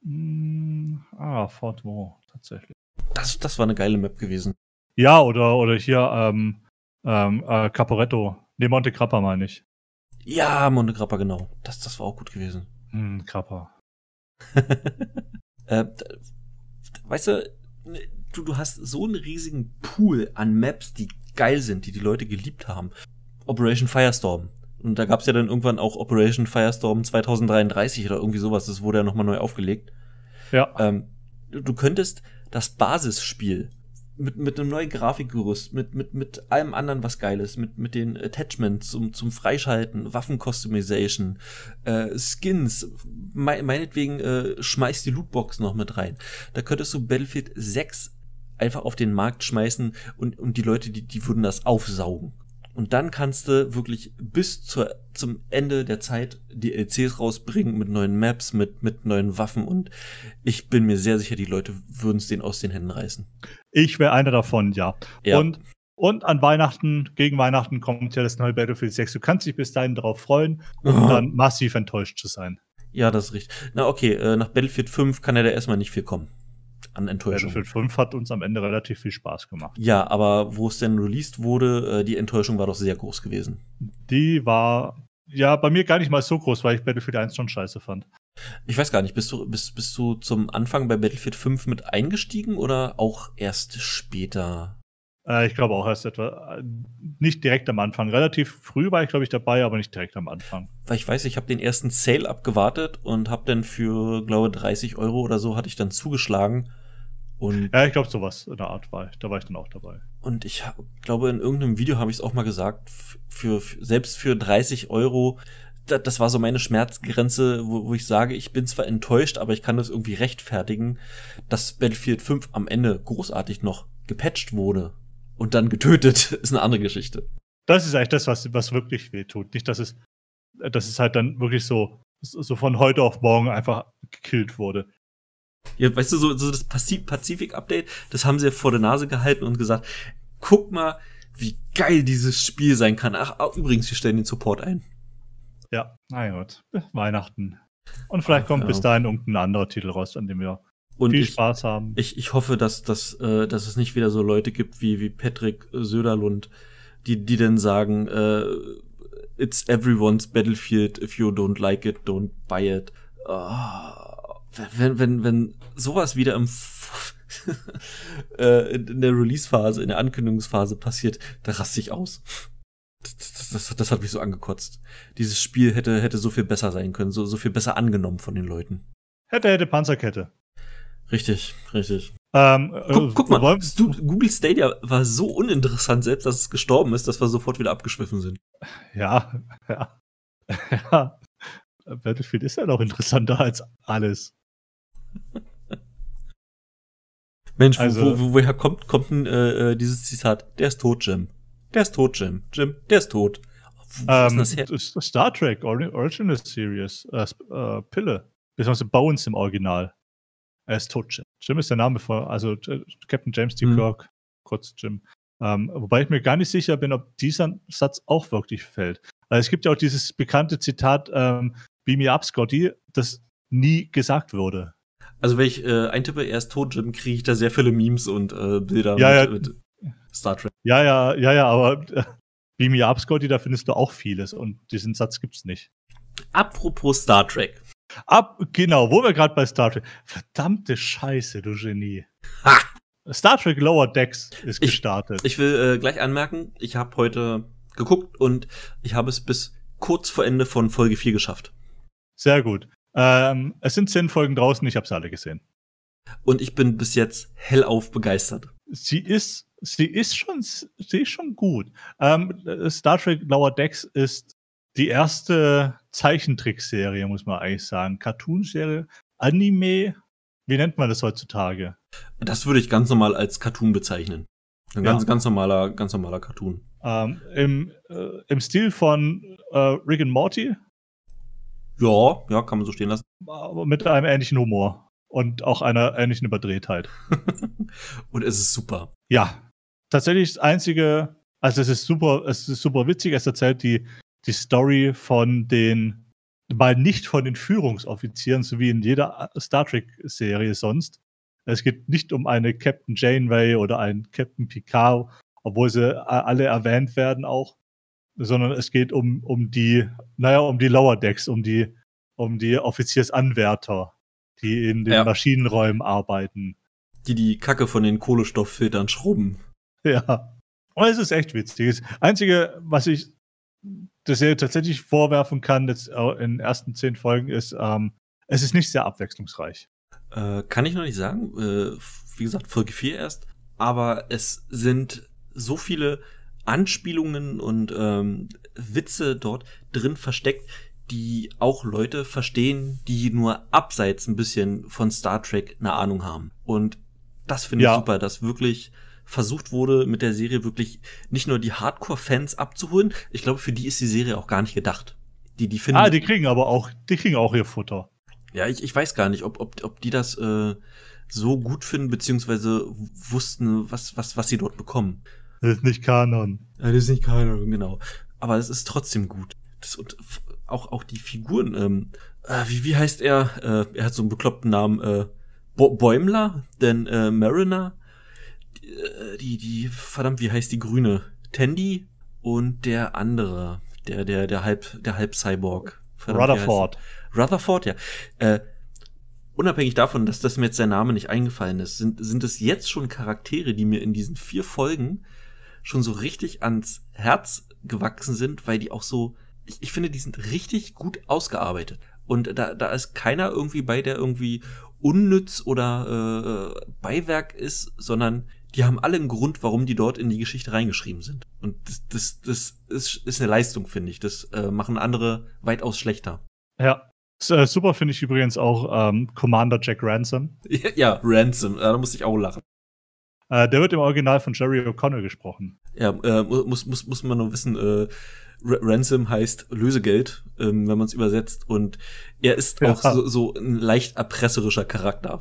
Hm, ah, Fort Vaux, tatsächlich. Das, das war eine geile Map gewesen. Ja, oder, oder hier, ähm, ähm, äh, Caporetto. Nee, Monte Grappa meine ich. Ja, Monte Grappa, genau. Das, das war auch gut gewesen. Hm, Grappa. äh, d- weißt du, du, du hast so einen riesigen Pool an Maps, die geil sind, die die Leute geliebt haben. Operation Firestorm. Und da gab's ja dann irgendwann auch Operation Firestorm zwanzig dreiunddreißig oder irgendwie sowas. Das wurde ja nochmal neu aufgelegt. Ja. Ähm, du, du könntest das Basisspiel mit, mit einem neuen Grafikgerüst, mit, mit, mit allem anderen, was geil ist, mit, mit den Attachments zum, zum Freischalten, Waffen-Customization, äh, Skins, me meinetwegen äh, schmeiß die Lootbox noch mit rein. Da könntest du Battlefield sechs einfach auf den Markt schmeißen und, und die Leute, die, die würden das aufsaugen. Und dann kannst du wirklich bis zur, zum Ende der Zeit D L Cs rausbringen mit neuen Maps, mit, mit neuen Waffen und ich bin mir sehr sicher, die Leute würden es denen aus den Händen reißen. Ich wäre einer davon, ja. Ja. Und, und an Weihnachten, gegen Weihnachten kommt ja das neue Battlefield sechs. Du kannst dich bis dahin darauf freuen, um Oh. dann massiv enttäuscht zu sein. Ja, das ist richtig. Na okay, äh, nach Battlefield fünf kann ja da erstmal nicht viel kommen. An Enttäuschung. Battlefield fünf hat uns am Ende relativ viel Spaß gemacht. Ja, aber wo es denn released wurde, äh, die Enttäuschung war doch sehr groß gewesen. Die war, ja, bei mir gar nicht mal so groß, weil ich Battlefield eins schon scheiße fand. Ich weiß gar nicht, bist du, bist, bist du zum Anfang bei Battlefield fünf mit eingestiegen oder auch erst später? Äh, ich glaube auch erst etwa, äh, nicht direkt am Anfang. Relativ früh war ich, glaube ich, dabei, aber nicht direkt am Anfang. Weil ich weiß, ich habe den ersten Sale abgewartet und habe dann für, glaube dreißig Euro oder so hatte ich dann zugeschlagen. Und, Ja, ich glaube, sowas in der Art war ich. Da war ich dann auch dabei. und ich hab, glaube, in irgendeinem Video habe ich es auch mal gesagt, für, für selbst für dreißig Euro, da, das war so meine Schmerzgrenze, wo, wo ich sage, ich bin zwar enttäuscht, aber ich kann das irgendwie rechtfertigen, dass Battlefield fünf am Ende großartig noch gepatcht wurde und dann getötet, ist eine andere Geschichte. Das ist eigentlich das, was, was wirklich wehtut. Nicht, dass es, dass es halt dann wirklich so, so von heute auf morgen einfach gekillt wurde. Ja, weißt du, so, so das Pazifik-Update, das haben sie ja vor der Nase gehalten und gesagt, guck mal, wie geil dieses Spiel sein kann. Ach, ach übrigens, wir stellen den Support ein. Ja, na gut. Weihnachten. Und vielleicht kommt Ja. bis dahin irgendein anderer Titel raus, an dem wir Und viel ich, Spaß haben. ich, ich hoffe, dass, dass, äh, dass es nicht wieder so Leute gibt wie, wie Patrick Söderlund, die, die dann sagen, äh, it's everyone's Battlefield, if you don't like it, don't buy it. Oh, wenn, wenn, wenn sowas wieder im F- äh, in der Release-Phase, in der Ankündigungsphase passiert, da raste ich aus. Das, das, das, das hat mich so angekotzt. Dieses Spiel hätte, hätte so viel besser sein können, so, so viel besser angenommen von den Leuten. Hätte, hätte Panzerkette. Richtig, richtig. Ähm, Guck, guck mal, wollen- Stu- Google Stadia war so uninteressant, selbst dass es gestorben ist, dass wir sofort wieder abgeschwiffen sind. Ja, ja. ja. Battlefield ist ja noch interessanter als alles. Mensch, wo, Also- wo, wo, woher kommt, kommt denn äh, äh, dieses Zitat? Der ist tot, Jim. Der ist tot, Jim. Jim, der ist tot. Wo, wo ist denn Ähm, das her? das ist Star Trek Ori- Original Series. Äh, Sp- äh, Pille. Beziehungsweise Bones im Original. Er ist tot, Jim. Jim ist der Name von, also äh, Captain James T. Hm. Kirk, kurz Jim. Ähm, wobei ich mir gar nicht sicher bin, ob dieser Satz auch wirklich fällt. Also es gibt ja auch dieses bekannte Zitat, ähm, Beam me up, Scotty, das nie gesagt wurde. Also, wenn ich äh, eintippe, er ist tot, Jim, kriege ich da sehr viele Memes und äh, Bilder Ja, mit, ja. mit Star Trek. Ja, ja, ja, ja, aber äh, Beam me up, Scotty, da findest du auch vieles und diesen Satz gibt's nicht. Apropos Star Trek. Ab, genau, wo wir gerade bei Star Trek. Verdammte Scheiße, du Genie. Ha! Star Trek Lower Decks ist Ich- gestartet. Ich will äh, gleich anmerken, ich habe heute geguckt und ich habe es bis kurz vor Ende von Folge vier geschafft. Sehr gut. Ähm, es sind zehn Folgen draußen, ich habe sie alle gesehen. Und ich bin bis jetzt hellauf begeistert. Sie ist, sie ist schon, sie ist schon gut. Ähm, Star Trek Lower Decks ist die erste Zeichentrickserie, muss man eigentlich sagen. Cartoonserie, Anime, wie nennt man das heutzutage? Das würde ich ganz normal als Cartoon bezeichnen. Ein Ja. ganz, ganz normaler, ganz normaler Cartoon. Ähm, im, äh, Im Stil von äh, Rick and Morty, Ja, ja, kann man so stehen lassen. aber mit einem ähnlichen Humor und auch einer ähnlichen Überdrehtheit. Und es ist super. Ja, tatsächlich das einzige, also es ist super, es ist super witzig, es erzählt die, die Story von den, mal nicht von den Führungsoffizieren, so wie in jeder Star Trek-Serie sonst. Es geht nicht um eine Captain Janeway oder einen Captain Picard, obwohl sie äh, alle erwähnt werden auch, sondern es geht um, um die, naja, um die Lower Decks, um die, um die Offiziersanwärter, die in den Ja. Maschinenräumen arbeiten. Die die Kacke von den Kohlenstofffiltern schrubben. Ja. Und es ist echt witzig. Das Einzige, was ich der Serie tatsächlich vorwerfen kann, jetzt in den ersten zehn Folgen, ist, ähm, es ist nicht sehr abwechslungsreich. Äh, kann ich noch nicht sagen. Äh, wie gesagt, Folge vier erst. Aber es sind so viele Anspielungen und ähm, Witze dort drin versteckt, die auch Leute verstehen, die nur abseits ein bisschen von Star Trek eine Ahnung haben. Und das finde ich Ja. super, dass wirklich versucht wurde, mit der Serie wirklich nicht nur die Hardcore-Fans abzuholen. Ich glaube, für die ist die Serie auch gar nicht gedacht. Die, die finden. Ah, die kriegen aber auch, die kriegen auch ihr Futter. Ja, ich, ich weiß gar nicht, ob, ob, ob die das äh, so gut finden, beziehungsweise wussten, was, was, was sie dort bekommen. Das ist nicht Kanon. Ja, das ist nicht keine Ahnung, genau. Aber es ist trotzdem gut. Das, und f- auch, auch die Figuren, ähm, äh, wie, wie heißt er? Äh, er hat so einen bekloppten Namen, äh, Bo- Bäumler, denn äh, Mariner, die, äh, die, die, verdammt, wie heißt die Grüne? Tandy und der andere, der, der, der halb, der halb Cyborg. Verdammt, wie heißt Rutherford. er? Rutherford, ja. Äh, unabhängig davon, dass das mir jetzt sein Name nicht eingefallen ist, sind, sind es jetzt schon Charaktere, die mir in diesen vier Folgen schon so richtig ans Herz gewachsen sind, weil die auch so, ich, ich finde, die sind richtig gut ausgearbeitet. Und da, da ist keiner irgendwie bei, der irgendwie unnütz oder äh, Beiwerk ist, sondern die haben alle einen Grund, warum die dort in die Geschichte reingeschrieben sind. Und das, das, das ist, ist eine Leistung, finde ich. Das äh, machen andere weitaus schlechter. Ja. S- äh, Super finde ich übrigens auch ähm, Commander Jack Ransom. Ja, Ransom, da muss ich auch lachen. Äh, der wird im Original von Jerry O'Connell gesprochen. Ja, äh, muss, muss, muss man nur wissen, äh, R- Ransom heißt Lösegeld, ähm, wenn man es übersetzt. Und er ist Ja. auch so, so ein leicht erpresserischer Charakter.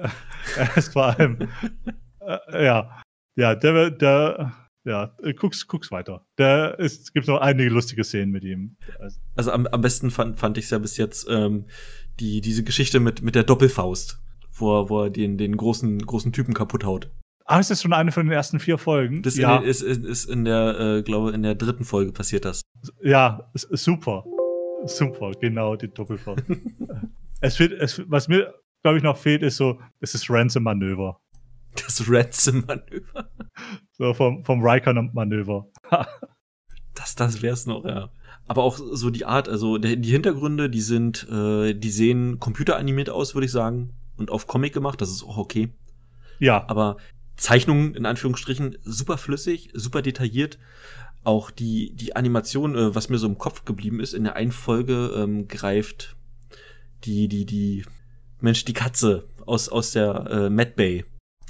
Er ist vor allem, äh, ja, ja, der, wird- der, ja, äh, guck's, guck's weiter. Der ist, gibt noch einige lustige Szenen mit ihm. Also, Also am, am besten fand, fand ich es ja bis jetzt ähm, die, diese Geschichte mit, mit der Doppelfaust, wo er, wo er den, den großen, großen Typen kaputt haut. ah, ist das schon eine von den ersten vier Folgen? Das ja, in, ist, ist, ist in der, äh, glaube in der dritten Folge passiert das. ja, s- super. Super, genau, die Doppelfaust. es fehlt, es, was mir, glaube ich, noch fehlt, ist so, es ist Ransom-Manöver. Das Ransom-Manöver. So vom, vom Riker-Manöver. Das, das wär's noch, ja. Aber auch so die Art, also der, die Hintergründe, die sind, äh, die sehen computeranimiert aus, würde ich sagen. Und auf Comic gemacht, das ist auch okay. Ja. Aber Zeichnungen in Anführungsstrichen super flüssig, super detailliert. Auch die, die Animation, äh, was mir so im Kopf geblieben ist, in der einen Folge ähm, greift die, die, die, Mensch, die Katze aus, aus der äh, Mad Bay.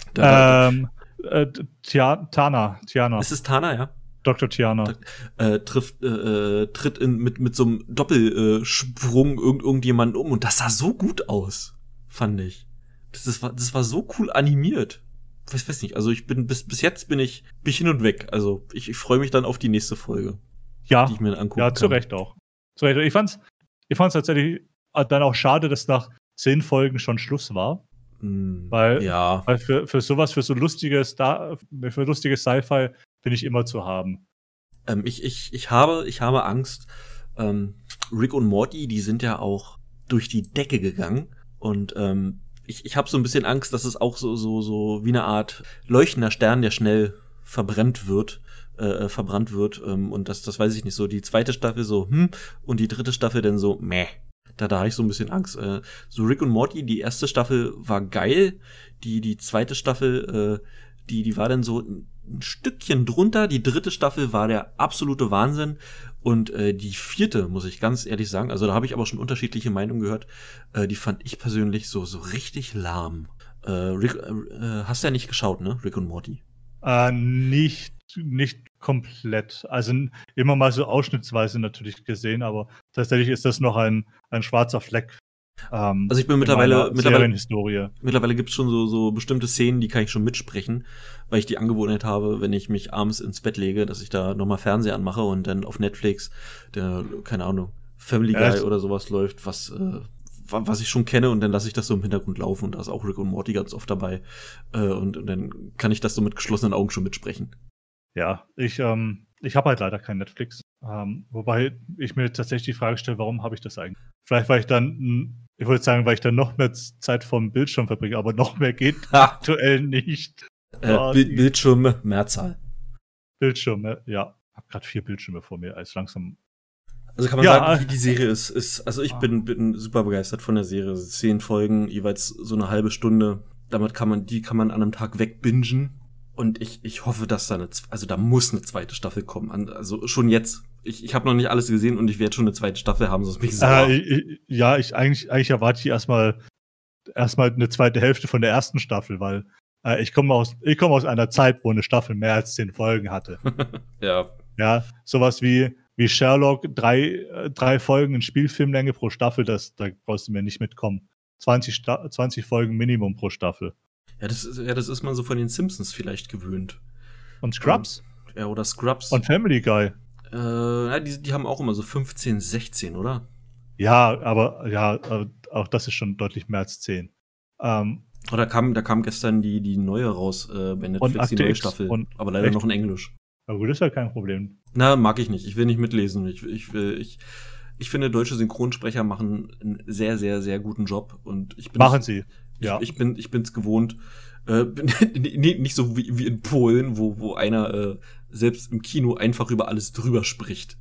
Da, ähm, äh, Tia, Tana, Tiana. Ist es Tana, ja? Doktor Tiana. Äh, trifft, äh, tritt in, mit, mit so einem Doppelsprung irgend, irgendjemanden um und das sah so gut aus, fand ich. Das, das, war, das war so cool animiert. Ich weiß nicht, also ich bin, bis, bis jetzt bin ich, bin ich hin und weg. Also ich, ich freue mich dann auf die nächste Folge. Ja, die ich mir dann angucken ja, zu kann. Recht auch. Zu Recht. Ich fand's, ich fand's tatsächlich dann auch schade, dass nach zehn Folgen schon Schluss war. Mm, Weil, ja. weil für, für sowas, für so lustiges Star, für lustiges Sci-Fi bin ich immer zu haben. Ähm, ich, ich, ich habe, ich habe Angst. Ähm, Rick und Morty, die sind ja auch durch die Decke gegangen. Und ähm, ich, ich habe so ein bisschen Angst, dass es auch so, so, so wie eine Art leuchtender Stern, der schnell verbrennt wird, äh, verbrannt wird. Ähm, und das, das weiß ich nicht so. Die zweite Staffel so, hm, und die dritte Staffel dann so, meh. Da, da habe ich so ein bisschen Angst. Äh, so Rick und Morty, die erste Staffel war geil. Die, die zweite Staffel, äh, die, die war dann so ein Stückchen drunter. Die dritte Staffel war der absolute Wahnsinn. Und äh, die vierte, muss ich ganz ehrlich sagen, also da habe ich aber schon unterschiedliche Meinungen gehört, äh, die fand ich persönlich so, so richtig lahm. Äh, Rick, äh, hast du ja nicht geschaut, ne? Rick und Morty. Äh, nicht, nicht komplett. Also immer mal so ausschnittsweise natürlich gesehen, aber tatsächlich ist das noch ein, ein schwarzer Fleck. Ähm, also ich bin mittlerweile, mittlerweile, Historie. mittlerweile gibt's schon so, so bestimmte Szenen, die kann ich schon mitsprechen, weil ich die Angewohnheit habe, wenn ich mich abends ins Bett lege, dass ich da nochmal Fernseher anmache und dann auf Netflix, der, keine Ahnung, Family Guy ja, oder sowas läuft, was, äh, was ich schon kenne, und dann lasse ich das so im Hintergrund laufen und da ist auch Rick und Morty ganz oft dabei, äh, und, und dann kann ich das so mit geschlossenen Augen schon mitsprechen. Ja, ich, ähm, ich habe halt leider kein Netflix. Ähm, wobei ich mir tatsächlich die Frage stelle, warum habe ich das eigentlich? Vielleicht, weil ich dann, ich würde sagen, weil ich dann noch mehr Zeit vom Bildschirm verbringe, aber noch mehr geht ha. aktuell nicht. Äh, oh, Bild, Bildschirme, Mehrzahl. Bildschirme, ja. Ich habe gerade vier Bildschirme vor mir, als langsam. Also kann man ja, sagen, die, die Serie ist, ist, also ich bin, bin super begeistert von der Serie. Zehn Folgen, jeweils so eine halbe Stunde. Damit kann man, die kann man an einem Tag wegbingen. Und ich, ich hoffe, dass da eine, also da muss eine zweite Staffel kommen. Also schon jetzt. Ich, ich habe noch nicht alles gesehen und ich werde schon eine zweite Staffel haben, sonst bin ich sauer. Äh, ich, ja, ich eigentlich, eigentlich erwarte ich erstmal erstmal eine zweite Hälfte von der ersten Staffel, weil äh, ich komme aus, ich komme aus einer Zeit, wo eine Staffel mehr als zehn Folgen hatte. ja. Ja, sowas wie, wie Sherlock, drei, äh, drei Folgen in Spielfilmlänge pro Staffel, das, da brauchst du mir nicht mitkommen. zwanzig, Sta- zwanzig Folgen Minimum pro Staffel. Ja, das ist, ja, das ist man so von den Simpsons vielleicht gewöhnt. Und Scrubs? Um, ja, oder Scrubs. Und Family Guy. Äh, ja, die, die haben auch immer so fünfzehn, sechzehn, oder? Ja, aber ja, auch das ist schon deutlich mehr als zehn. Ähm, oh, da kam, da kam gestern die, die neue raus äh, bei Netflix, die neue Staffel. Und aber leider echt? noch in Englisch. Aber gut, ist ja kein Problem. Na, mag ich nicht. Ich will nicht mitlesen. Ich, ich, ich, ich finde, deutsche Synchronsprecher machen einen sehr, sehr, sehr guten Job. Und ich bin machen sie, ja. Ich, ich bin ich bin's gewohnt. Äh, nicht so wie, wie in Polen, wo, wo einer äh, selbst im Kino einfach über alles drüber spricht.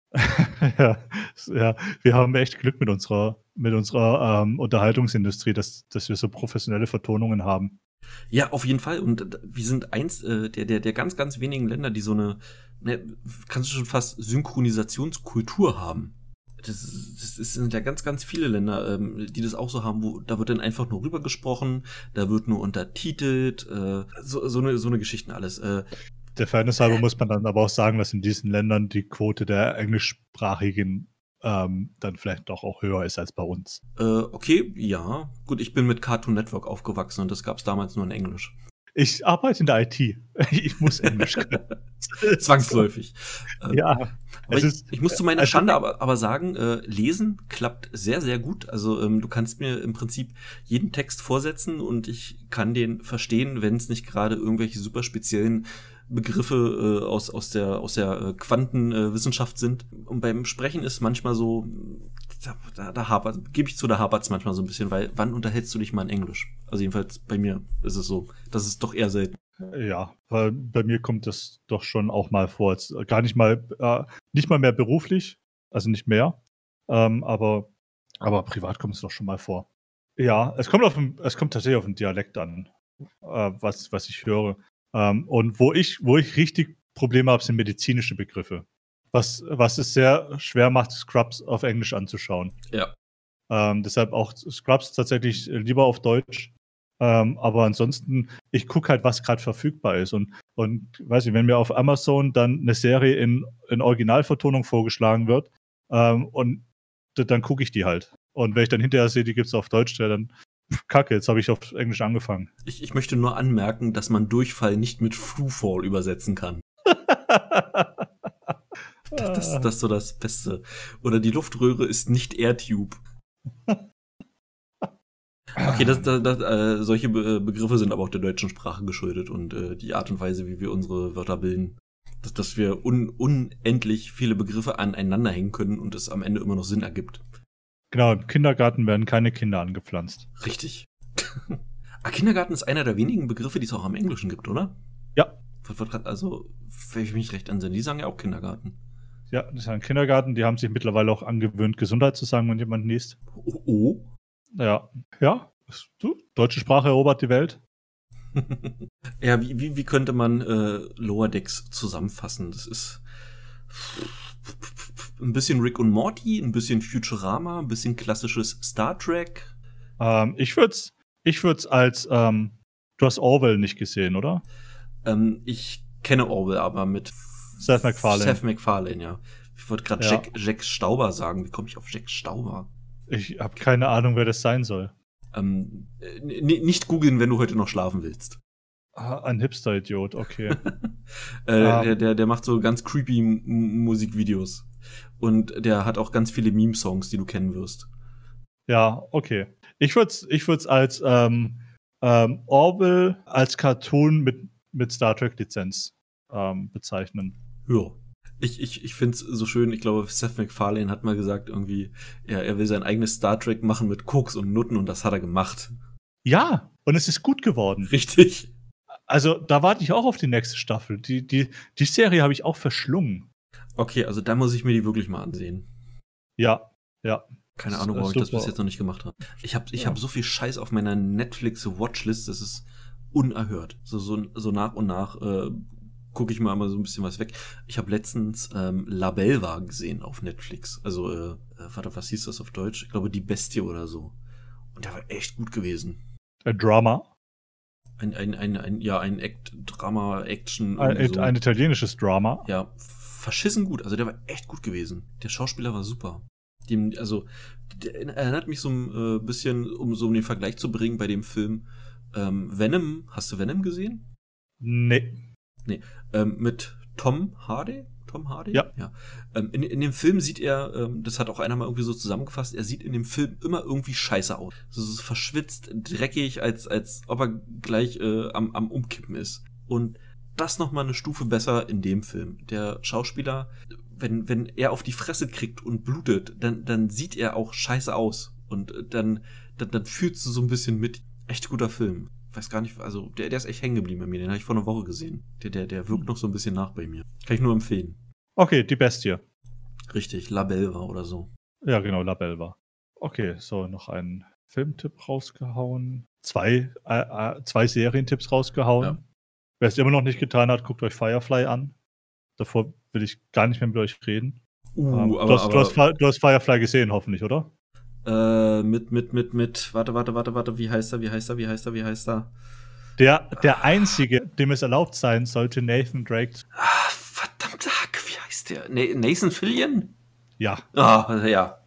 ja, ja, wir haben echt Glück mit unserer, mit unserer ähm, Unterhaltungsindustrie, dass, dass wir so professionelle Vertonungen haben. Ja, auf jeden Fall. Und äh, wir sind eins äh, der, der, der ganz, ganz wenigen Länder, die so eine, ne, kannst du schon fast Synchronisationskultur haben. Das, das sind ja ganz, ganz viele Länder, ähm, die das auch so haben, wo da wird dann einfach nur rübergesprochen, da wird nur untertitelt, äh, so, so eine, so eine Geschichten alles. Äh, Der Fairness halber muss man dann aber auch sagen, dass in diesen Ländern die Quote der englischsprachigen ähm, dann vielleicht doch auch höher ist als bei uns. Äh, okay, ja. Gut, ich bin mit Cartoon Network aufgewachsen und das gab's damals nur in Englisch. Ich arbeite in der I T. Ich muss Englisch können. Zwangsläufig. Ja. Aber ich, ist, ich muss zu meiner Schande aber, aber sagen, äh, lesen klappt sehr, sehr gut. Also ähm, du kannst mir im Prinzip jeden Text vorsetzen und ich kann den verstehen, wenn es nicht gerade irgendwelche super speziellen Begriffe äh, aus, aus der, aus der äh, Quantenwissenschaft äh, sind. Und beim Sprechen ist manchmal so, da, da, da hapert, gebe ich zu, da hapert es manchmal so ein bisschen, weil wann unterhältst du dich mal in Englisch? Also jedenfalls bei mir ist es so. Das ist doch eher selten. Ja, weil bei mir kommt das doch schon auch mal vor. Jetzt gar nicht mal, äh, nicht mal mehr beruflich, also nicht mehr, ähm, aber, aber privat kommt es doch schon mal vor. Ja, es kommt auf, es kommt tatsächlich auf den Dialekt an. äh, was, was ich höre. Ähm, und wo ich, wo ich richtig Probleme habe, sind medizinische Begriffe. Was, was es sehr schwer macht, Scrubs auf Englisch anzuschauen. Ja. Ähm, deshalb auch Scrubs tatsächlich lieber auf Deutsch. Ähm, aber ansonsten, ich gucke halt, was gerade verfügbar ist. Und, und weiß ich, wenn mir auf Amazon dann eine Serie in, in Originalvertonung vorgeschlagen wird, ähm, und d- dann gucke ich die halt. Und wenn ich dann hinterher sehe, die gibt es auf Deutsch, ja, dann pff, kacke, jetzt habe ich auf Englisch angefangen. Ich, ich möchte nur anmerken, dass man Durchfall nicht mit Flu-Fall übersetzen kann. Das, das, das ist so das Beste. Oder die Luftröhre ist nicht Airtube. Okay, das, das, das, äh, solche Be Begriffe sind aber auch der deutschen Sprache geschuldet und äh, die Art und Weise, wie wir unsere Wörter bilden. Dass, dass wir un unendlich viele Begriffe aneinander hängen können und es am Ende immer noch Sinn ergibt. Genau, im Kindergarten werden keine Kinder angepflanzt. Richtig. Ah, Kindergarten ist einer der wenigen Begriffe, die es auch am Englischen gibt, oder? Ja. Also, wenn ich mich recht entsinne, die sagen ja auch Kindergarten. Ja, das ist ein Kindergarten, die haben sich mittlerweile auch angewöhnt, Gesundheit zu sagen, wenn jemand niest. Oh, oh. Ja, ja, du, deutsche Sprache erobert die Welt. Ja, wie, wie, wie könnte man äh, Lower Decks zusammenfassen? Das ist ein bisschen Rick und Morty, ein bisschen Futurama, ein bisschen klassisches Star Trek. Ähm, ich würde es ich würd's als, ähm, du hast Orwell nicht gesehen, oder? Ähm, ich kenne Orwell, aber mit Seth MacFarlane. Seth MacFarlane, ja. Ich wollte gerade Ja. Jack, Jack Stauber sagen. Wie komme ich auf Jack Stauber? Ich habe keine Ahnung, wer das sein soll. Ähm, n- nicht googeln, wenn du heute noch schlafen willst. Ah, ein Hipster-Idiot, okay. äh, Um. der, der, der macht so ganz creepy M Musikvideos. Und der hat auch ganz viele Meme-Songs, die du kennen wirst. Ja, okay. Ich würde es ich würd's als ähm, ähm, Orwell als Cartoon mit, mit Star Trek-Lizenz ähm, bezeichnen. Ja. Ich, ich, ich finde es so schön, ich glaube, Seth MacFarlane hat mal gesagt, irgendwie, er, er will sein eigenes Star Trek machen mit Koks und Nutten und das hat er gemacht. Ja, und es ist gut geworden. Richtig. Also, da warte ich auch auf die nächste Staffel. Die, die, die Serie habe ich auch verschlungen. Okay, also da muss ich mir die wirklich mal ansehen. Ja, ja. Keine Das Ahnung, ist warum ich das super. bis jetzt noch nicht gemacht habe. Ich habe ich Ja. hab so viel Scheiß auf meiner Netflix-Watchlist, das ist unerhört. So, so, so nach und nach äh, gucke ich mal immer so ein bisschen was weg. Ich habe letztens ähm, La Belva gesehen auf Netflix. Also, äh, äh, warte, was hieß das auf Deutsch? Ich glaube, Die Bestie oder so. Und der war echt gut gewesen. Ein Drama. Ein, ein, ein, ein ja, ein Act, Drama, Action, Ein, irgendwie so. ein italienisches Drama. Ja, verschissen gut. Also der war echt gut gewesen. Der Schauspieler war super. Dem, also, der erinnert mich so ein äh, bisschen, um so um den Vergleich zu bringen, bei dem Film ähm, Venom. Hast du Venom gesehen? Nee. Nee. Ähm, mit Tom Hardy? Tom Hardy? Ja. ja. Ähm, in, in dem Film sieht er, ähm, das hat auch einer mal irgendwie so zusammengefasst, er sieht in dem Film immer irgendwie scheiße aus. So, so verschwitzt, dreckig, als, als ob er gleich äh, am, am Umkippen ist. Und das noch mal eine Stufe besser in dem Film. Der Schauspieler, wenn, wenn er auf die Fresse kriegt und blutet, dann, dann sieht er auch scheiße aus. Und dann, dann, dann fühlst du so ein bisschen mit. Echt guter Film. Weiß gar nicht, also der, der ist echt hängen geblieben bei mir. Den habe ich vor einer Woche gesehen. Der, der, der wirkt noch so ein bisschen nach bei mir. Kann ich nur empfehlen. Okay, Die Bestie. Richtig, La Belva oder so. Ja, genau, La Belva. Okay, so, noch einen Filmtipp rausgehauen. Zwei, äh, äh, zwei Serientipps rausgehauen. Ja. Wer es immer noch nicht getan hat, guckt euch Firefly an. Davor will ich gar nicht mehr mit euch reden. Uh, Ähm, aber, du, hast, aber du, hast, Fi- du hast Firefly gesehen, hoffentlich, oder? äh, mit, mit, mit, mit, warte, warte, warte, warte, wie heißt er, wie heißt er, wie heißt er, wie heißt er? Der, der Einzige, dem es erlaubt sein sollte, Nathan Drake. Ah, verdammte Hack, wie heißt der? Na- Nathan Fillion? Ja. Ah, ja.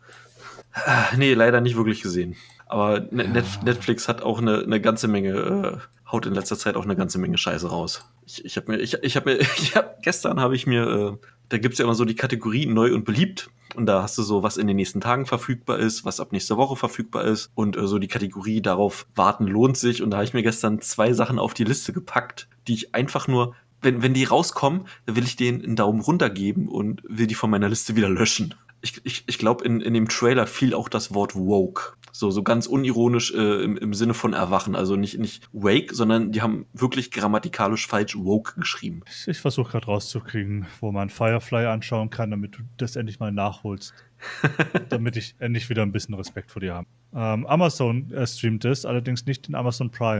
Ah, nee, leider nicht wirklich gesehen. Aber Net Net Netflix hat auch eine, eine ganze Menge, äh, haut in letzter Zeit auch eine ganze Menge Scheiße raus. Ich, ich habe mir, ich, ich habe mir, ich hab, gestern habe ich mir, äh, da gibt's ja immer so die Kategorien neu und beliebt. Und da hast du so, was in den nächsten Tagen verfügbar ist, was ab nächster Woche verfügbar ist. Und äh, so die Kategorie darauf warten lohnt sich. Und da habe ich mir gestern zwei Sachen auf die Liste gepackt, die ich einfach nur, wenn, wenn die rauskommen, dann will ich denen einen Daumen runter geben und will die von meiner Liste wieder löschen. Ich, ich, ich glaube, in, in dem Trailer fiel auch das Wort woke. So, so ganz unironisch äh, im, im Sinne von erwachen. Also nicht, nicht wake, sondern die haben wirklich grammatikalisch falsch woke geschrieben. Ich, ich versuche gerade rauszukriegen, wo man Firefly anschauen kann, damit du das endlich mal nachholst. Damit ich endlich wieder ein bisschen Respekt vor dir habe. Ähm, Amazon äh, streamt es, allerdings nicht in Amazon Prime.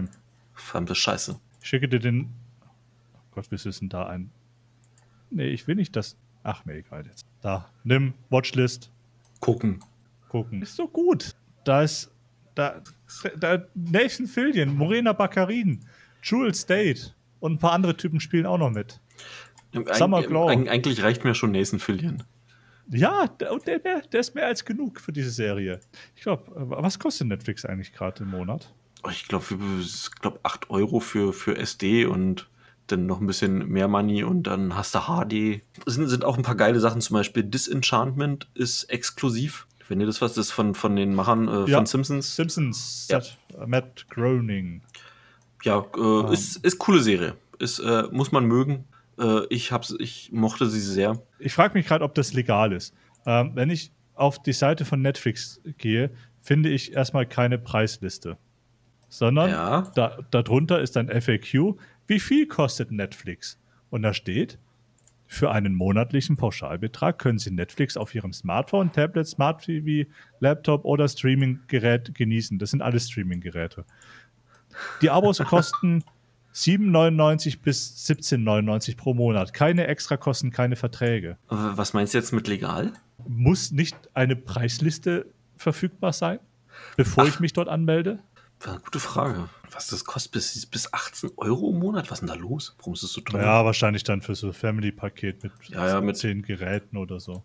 Verdammte Scheiße. Ich schicke dir den. Oh Gott, wie ist denn da ein. Nee, ich will nicht das. Ach, mir egal jetzt. Da, nimm, Watchlist. Gucken. Gucken. Ist so gut. Da ist. Da. Da Nathan Fillion, Morena Baccarin, Jewel State und ein paar andere Typen spielen auch noch mit. Eig Summer Glow. Eigentlich reicht mir schon Nathan Fillion. Ja, der, der, der ist mehr als genug für diese Serie. Ich glaube, was kostet Netflix eigentlich gerade im Monat? Ich glaube, ich glaub acht Euro für, für S D und dann noch ein bisschen mehr Money und dann hast du H D. Es sind, sind auch ein paar geile Sachen, zum Beispiel Disenchantment ist exklusiv. Wenn ihr das was ist von, von den Machern äh, ja, von Simpsons. Simpsons, ja. Seth, uh, Matt Groening. Ja, äh, um. ist, ist coole Serie. Ist, äh, muss man mögen. Äh, ich, hab's, ich mochte sie sehr. Ich frage mich gerade, ob das legal ist. Ähm, wenn ich auf die Seite von Netflix gehe, finde ich erstmal keine Preisliste. Sondern ja. da, darunter ist ein F A Q, wie viel kostet Netflix? Und da steht, für einen monatlichen Pauschalbetrag können Sie Netflix auf Ihrem Smartphone, Tablet, Smart T V, Laptop oder Streaminggerät genießen. Das sind alles Streaminggeräte. Die Abos kosten sieben neunundneunzig bis siebzehn neunundneunzig pro Monat. Keine Extrakosten, keine Verträge. Was meinst du jetzt mit legal? Muss nicht eine Preisliste verfügbar sein, bevor Ach. ich mich dort anmelde? Eine gute Frage. Was das kostet, bis, bis achtzehn Euro im Monat? Was ist denn da los? Warum ist das so teuer? Ja, wahrscheinlich dann für so ein Family-Paket mit, ja, ja, mit zehn Geräten oder so.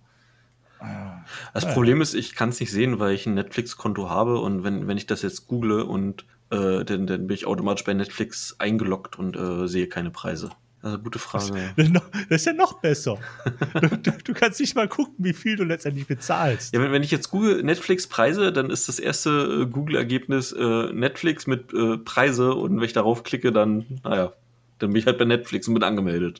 Das ja. Problem ist, ich kann es nicht sehen, weil ich ein Netflix-Konto habe und wenn, wenn ich das jetzt google und äh, dann, dann bin ich automatisch bei Netflix eingeloggt und äh, sehe keine Preise. Also gute Frage. Das, das ist ja noch besser. du, du, du kannst nicht mal gucken, wie viel du letztendlich bezahlst. Ja, wenn, wenn ich jetzt google Netflix-Preise, dann ist das erste äh, Google-Ergebnis äh, Netflix mit äh, Preise und wenn ich darauf klicke, dann, naja, dann bin ich halt bei Netflix und bin angemeldet.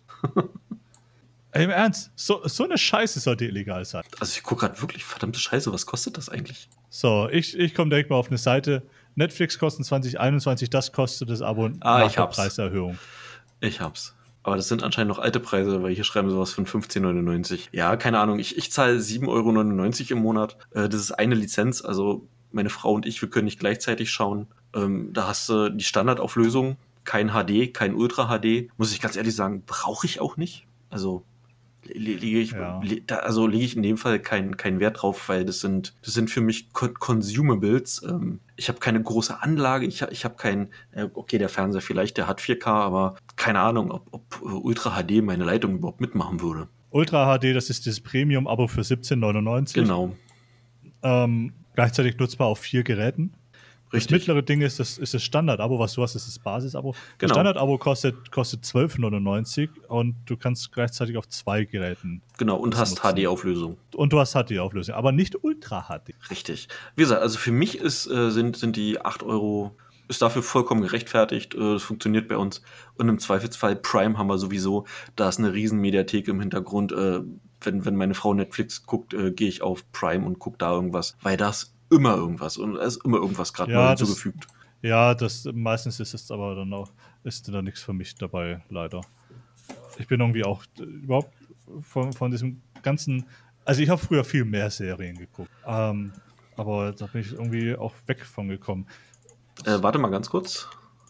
Ey, im Ernst, so, so eine Scheiße sollte illegal sein. Also ich gucke gerade wirklich, verdammte Scheiße, was kostet das eigentlich? So, ich, ich komme direkt mal auf eine Seite. Netflix kosten zwanzig einundzwanzig, das kostet das Abo ah, nach ich der hab's. Preiserhöhung. Ich hab's. Aber das sind anscheinend noch alte Preise, weil hier schreiben sowas von fünfzehn neunundneunzig. Ja, keine Ahnung, ich, ich zahle sieben Euro neunundneunzig im Monat. Äh, das ist eine Lizenz, also meine Frau und ich, wir können nicht gleichzeitig schauen. Ähm, da hast du die Standardauflösung, kein H D, kein Ultra H D. Muss ich ganz ehrlich sagen, brauche ich auch nicht. Also lege ich, ja. le, da, also lege ich in dem Fall keinen kein Wert drauf, weil das sind, das sind für mich Con- Consumables. Ähm, ich habe keine große Anlage, ich, ich habe kein, äh, okay, der Fernseher vielleicht, der hat vier K, aber keine Ahnung, ob, ob Ultra H D meine Leitung überhaupt mitmachen würde. Ultra H D, das ist das Premium-Abo für siebzehn neunundneunzig. Genau. Ähm, gleichzeitig nutzbar auf vier Geräten. Richtig. Das mittlere Ding ist das, ist das Standard-Abo, was du hast, ist das Basis-Abo. Genau. Das Standard-Abo kostet, kostet zwölf neunundneunzig und du kannst gleichzeitig auf zwei Geräten. Genau, und hast H D-Auflösung. Und du hast H D-Auflösung, aber nicht Ultra-H D. Richtig. Wie gesagt, also für mich ist, äh, sind, sind die acht Euro, ist dafür vollkommen gerechtfertigt. Äh, das funktioniert bei uns. Und im Zweifelsfall Prime haben wir sowieso. Da ist eine riesen Mediathek im Hintergrund. Äh, wenn, wenn meine Frau Netflix guckt, äh, gehe ich auf Prime und gucke da irgendwas. Weil das immer irgendwas und es ist immer irgendwas gerade ja, neu hinzugefügt. Ja, das meistens ist es aber dann auch, ist da nichts für mich dabei, leider. Ich bin irgendwie auch äh, überhaupt von, von diesem ganzen, also ich habe früher viel mehr Serien geguckt, ähm, aber da bin ich irgendwie auch weg von gekommen. Äh, warte mal ganz kurz.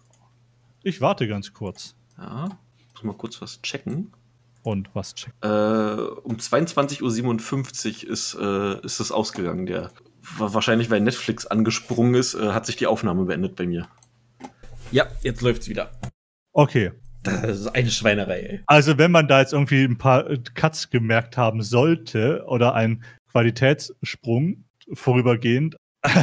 Ich warte ganz kurz. Ja, muss mal kurz was checken. Und was checken? Äh, um zweiundzwanzig Uhr siebenundfünfzig ist, äh, ist es ausgegangen, der wahrscheinlich, weil Netflix angesprungen ist, äh, hat sich die Aufnahme beendet bei mir. Ja, jetzt läuft's wieder. Okay. Das ist eine Schweinerei, ey. Also wenn man da jetzt irgendwie ein paar Cuts gemerkt haben sollte oder einen Qualitätssprung vorübergehend,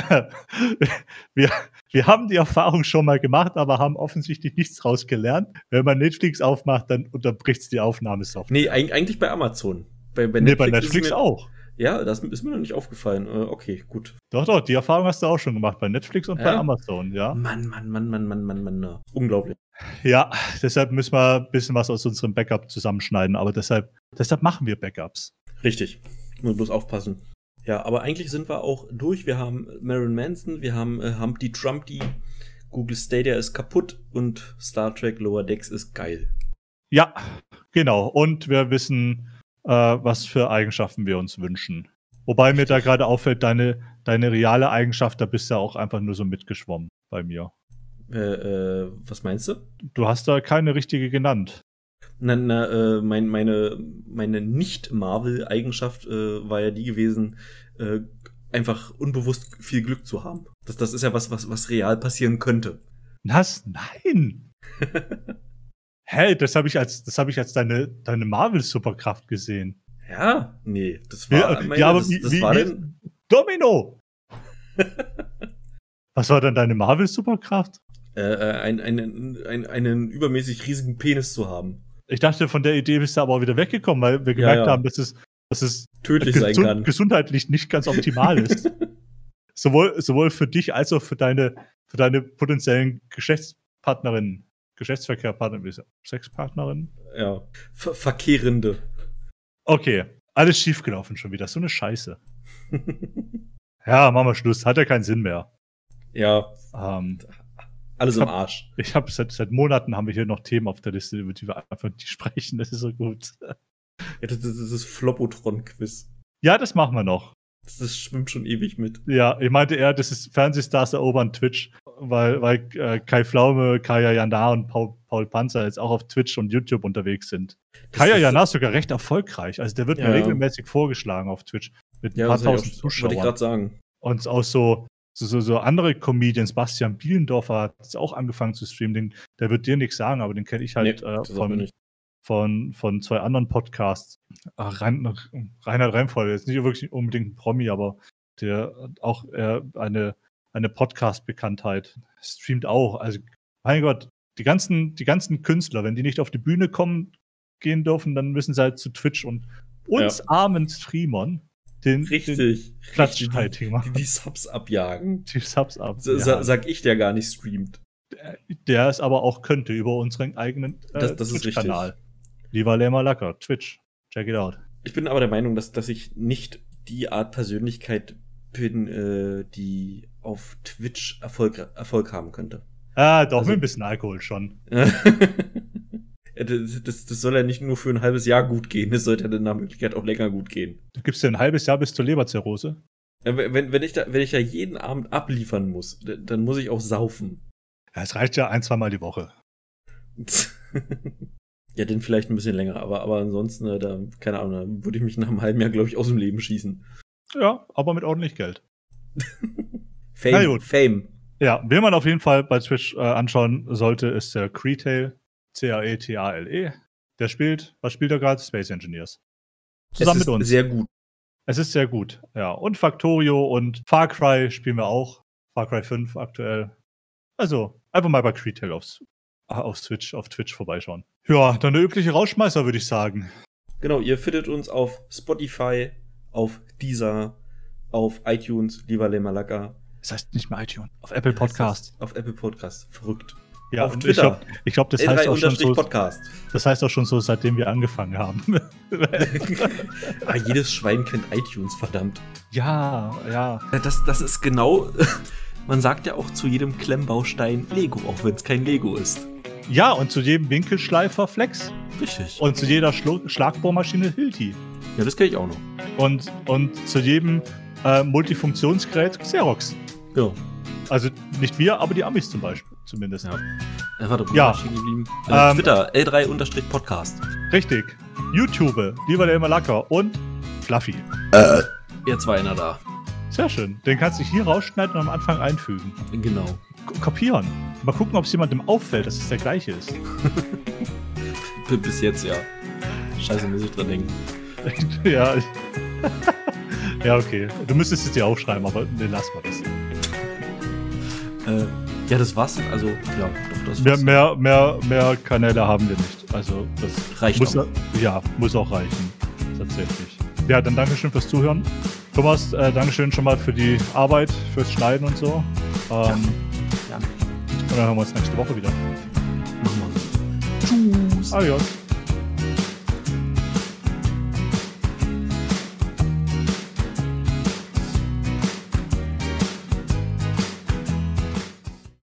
wir, wir haben die Erfahrung schon mal gemacht, aber haben offensichtlich nichts rausgelernt. Wenn man Netflix aufmacht, dann unterbricht es die Aufnahmesoftware. Nee, eigentlich bei Amazon. Bei, bei nee, Netflix, bei Netflix mir, auch. Ja, das ist mir noch nicht aufgefallen. Äh, okay, gut. Doch, doch, die Erfahrung hast du auch schon gemacht bei Netflix und ja? bei Amazon, ja. Mann, Mann, Mann, Mann, Mann, Mann, Mann. Mann. Unglaublich. Ja, deshalb müssen wir ein bisschen was aus unserem Backup zusammenschneiden, aber deshalb, deshalb machen wir Backups. Richtig. Nur bloß aufpassen. Ja, aber eigentlich sind wir auch durch. Wir haben Marilyn Manson, wir haben äh, Humpty Dumpty, Google Stadia ist kaputt und Star Trek Lower Decks ist geil. Ja, genau. Und wir wissen, äh, was für Eigenschaften wir uns wünschen. Wobei Richtig. mir da gerade auffällt, deine, deine reale Eigenschaft, da bist du ja auch einfach nur so mitgeschwommen bei mir. Äh, äh, was meinst du? Du hast da keine richtige genannt. Na, na, äh, mein, meine, meine Nicht-Marvel-Eigenschaft äh, war ja die gewesen, äh, einfach unbewusst viel Glück zu haben. Das, das ist ja was, was, was real passieren könnte. Was? Nein! Hä, das habe ich als, das hab ich als deine, deine Marvel-Superkraft gesehen. Ja, nee, das war, Ja, meine, ja aber das, wie, das wie, war wie, denn, Domino! Was war denn deine Marvel-Superkraft? äh, ein, einen, ein, einen übermäßig riesigen Penis zu haben. Ich dachte, von der Idee bist du aber auch wieder weggekommen, weil wir Ja, gemerkt ja. haben, dass es, dass es Tödlich sein gesund, kann. gesundheitlich nicht ganz optimal ist. sowohl, sowohl für dich als auch für deine, für deine potenziellen Geschäftspartnerinnen. Geschäftsverkehrpartnerin, Sexpartnerin? Ja, Ver Verkehrende. Okay, alles schiefgelaufen schon wieder. So eine Scheiße. Ja, machen wir Schluss. Hat ja keinen Sinn mehr. Ja, Ähm, alles ich im hab- Arsch. ich habe seit, seit Monaten haben wir hier noch Themen auf der Liste, über die wir einfach nicht sprechen. Das ist so gut. Ja, das, das ist das Flopotron-Quiz. Ja, das machen wir noch. Das, das schwimmt schon ewig mit. Ja, ich meinte eher, das ist Fernsehstars erobern Twitch, weil, weil äh, Kai Pflaume, Kaya Jana und Paul, Paul Panzer jetzt auch auf Twitch und YouTube unterwegs sind. Das Kaya ist- Jana ist sogar recht erfolgreich. Also der wird Ja. mir regelmäßig vorgeschlagen auf Twitch mit ein Ja, paar das wollte tausend ich, auch- wollte ich Zuschauern. gerade sagen. Und auch so, so, so, so andere Comedians, Bastian Bielendorfer hat jetzt auch angefangen zu streamen. Den, der wird dir nichts sagen, aber den kenne ich halt Nee, äh, das sagt mir von, nicht. von, von zwei anderen Podcasts. Ach, Rein, Reinhard Remford, jetzt nicht wirklich unbedingt ein Promi, aber der hat auch äh, eine, eine Podcast-Bekanntheit. Streamt auch. Also, mein Gott, die ganzen, die ganzen Künstler, wenn die nicht auf die Bühne kommen, gehen dürfen, dann müssen sie halt zu Twitch und uns Ja. armen Streamern den, den Richtig. Klatschfighting richtig, die, machen. die Subs abjagen. Die Subs ab. Sa- Ja. sa- Sag ich, der gar nicht streamt. Der es aber auch könnte über unseren eigenen äh, Das- das ist Twitch-Kanal. Lieber Lema Lacker, Twitch. Check it out. Ich bin aber der Meinung, dass, dass ich nicht die Art Persönlichkeit bin, äh, die auf Twitch Erfolg, Erfolg haben könnte. Ah, doch, Also- mit ein bisschen Alkohol schon. Ja, das, das, das soll ja nicht nur für ein halbes Jahr gut gehen, es sollte ja nach Möglichkeit auch länger gut gehen. Du gibst dir ein halbes Jahr bis zur Leberzirrhose. Ja, wenn, wenn, ich da, wenn ich da jeden Abend abliefern muss, d- dann muss ich auch saufen. Ja, es reicht ja ein, zweimal die Woche. Ja, den vielleicht ein bisschen länger, aber, aber ansonsten, äh, da, keine Ahnung, da würde ich mich nach einem halben Jahr, glaube ich, aus dem Leben schießen. Ja, aber mit ordentlich Geld. Fame, Na gut. Fame. Ja, wen man auf jeden Fall bei Twitch äh, anschauen sollte, ist der Creetail. C A E T A L E. Der spielt, was spielt er gerade? Space Engineers. Zusammen es mit ist uns. sehr gut. Es ist sehr gut, ja. Und Factorio und Far Cry spielen wir auch. Far Cry fünf aktuell. Also, einfach mal bei Creetail aufs, auf Twitch, auf Twitch vorbeischauen. Ja, dann der übliche Rausschmeißer, würde ich sagen. Genau, ihr findet uns auf Spotify, auf Deezer, auf iTunes, lieber Le Malaka. Das heißt nicht mehr iTunes. Auf Apple Podcast. Auf Apple Podcast. Verrückt. Ja, auf und Twitter. ich glaube, ich glaub, das, heißt auch schon so, Podcast. das heißt auch schon so, seitdem wir angefangen haben. Ah, jedes Schwein kennt iTunes, verdammt. Ja, ja. Das, das ist genau. Man sagt ja auch zu jedem Klemmbaustein Lego, auch wenn es kein Lego ist. Ja, und zu jedem Winkelschleifer Flex. Richtig. Und zu jeder Schlo- Schlagbohrmaschine Hilti. Ja, das kenne ich auch noch. Und, und zu jedem äh, Multifunktionsgerät Xerox. Ja. Also nicht wir, aber die Amis zum Beispiel, zumindest. Ja. Äh, warte, wo Ja. war ich stehen geblieben? Äh, Ähm, Twitter, L drei Podcast. Richtig. YouTube, lieber der immer Lacker und Fluffy. Jetzt war einer da. Sehr schön. Den kannst du hier rausschneiden und am Anfang einfügen. Genau. K kopieren. Mal gucken, ob es jemandem auffällt, dass es der gleiche ist. B- Bis jetzt, ja. Scheiße, muss ich dran denken. ja. ja, okay. Du müsstest es dir aufschreiben, aber ne, lass mal das. Äh, ja, das war's. Also, ja, doch, das Mehr, war's. mehr, mehr, mehr Kanäle haben wir nicht. Also das Reicht muss, auch. ja, muss auch reichen. Tatsächlich. Ja, dann Dankeschön fürs Zuhören. Thomas, äh, Dankeschön schon mal für die Arbeit, fürs Schneiden und so. Ähm, Ja. Und dann hören wir uns nächste Woche wieder. Machen wir. Tschüss. Adios.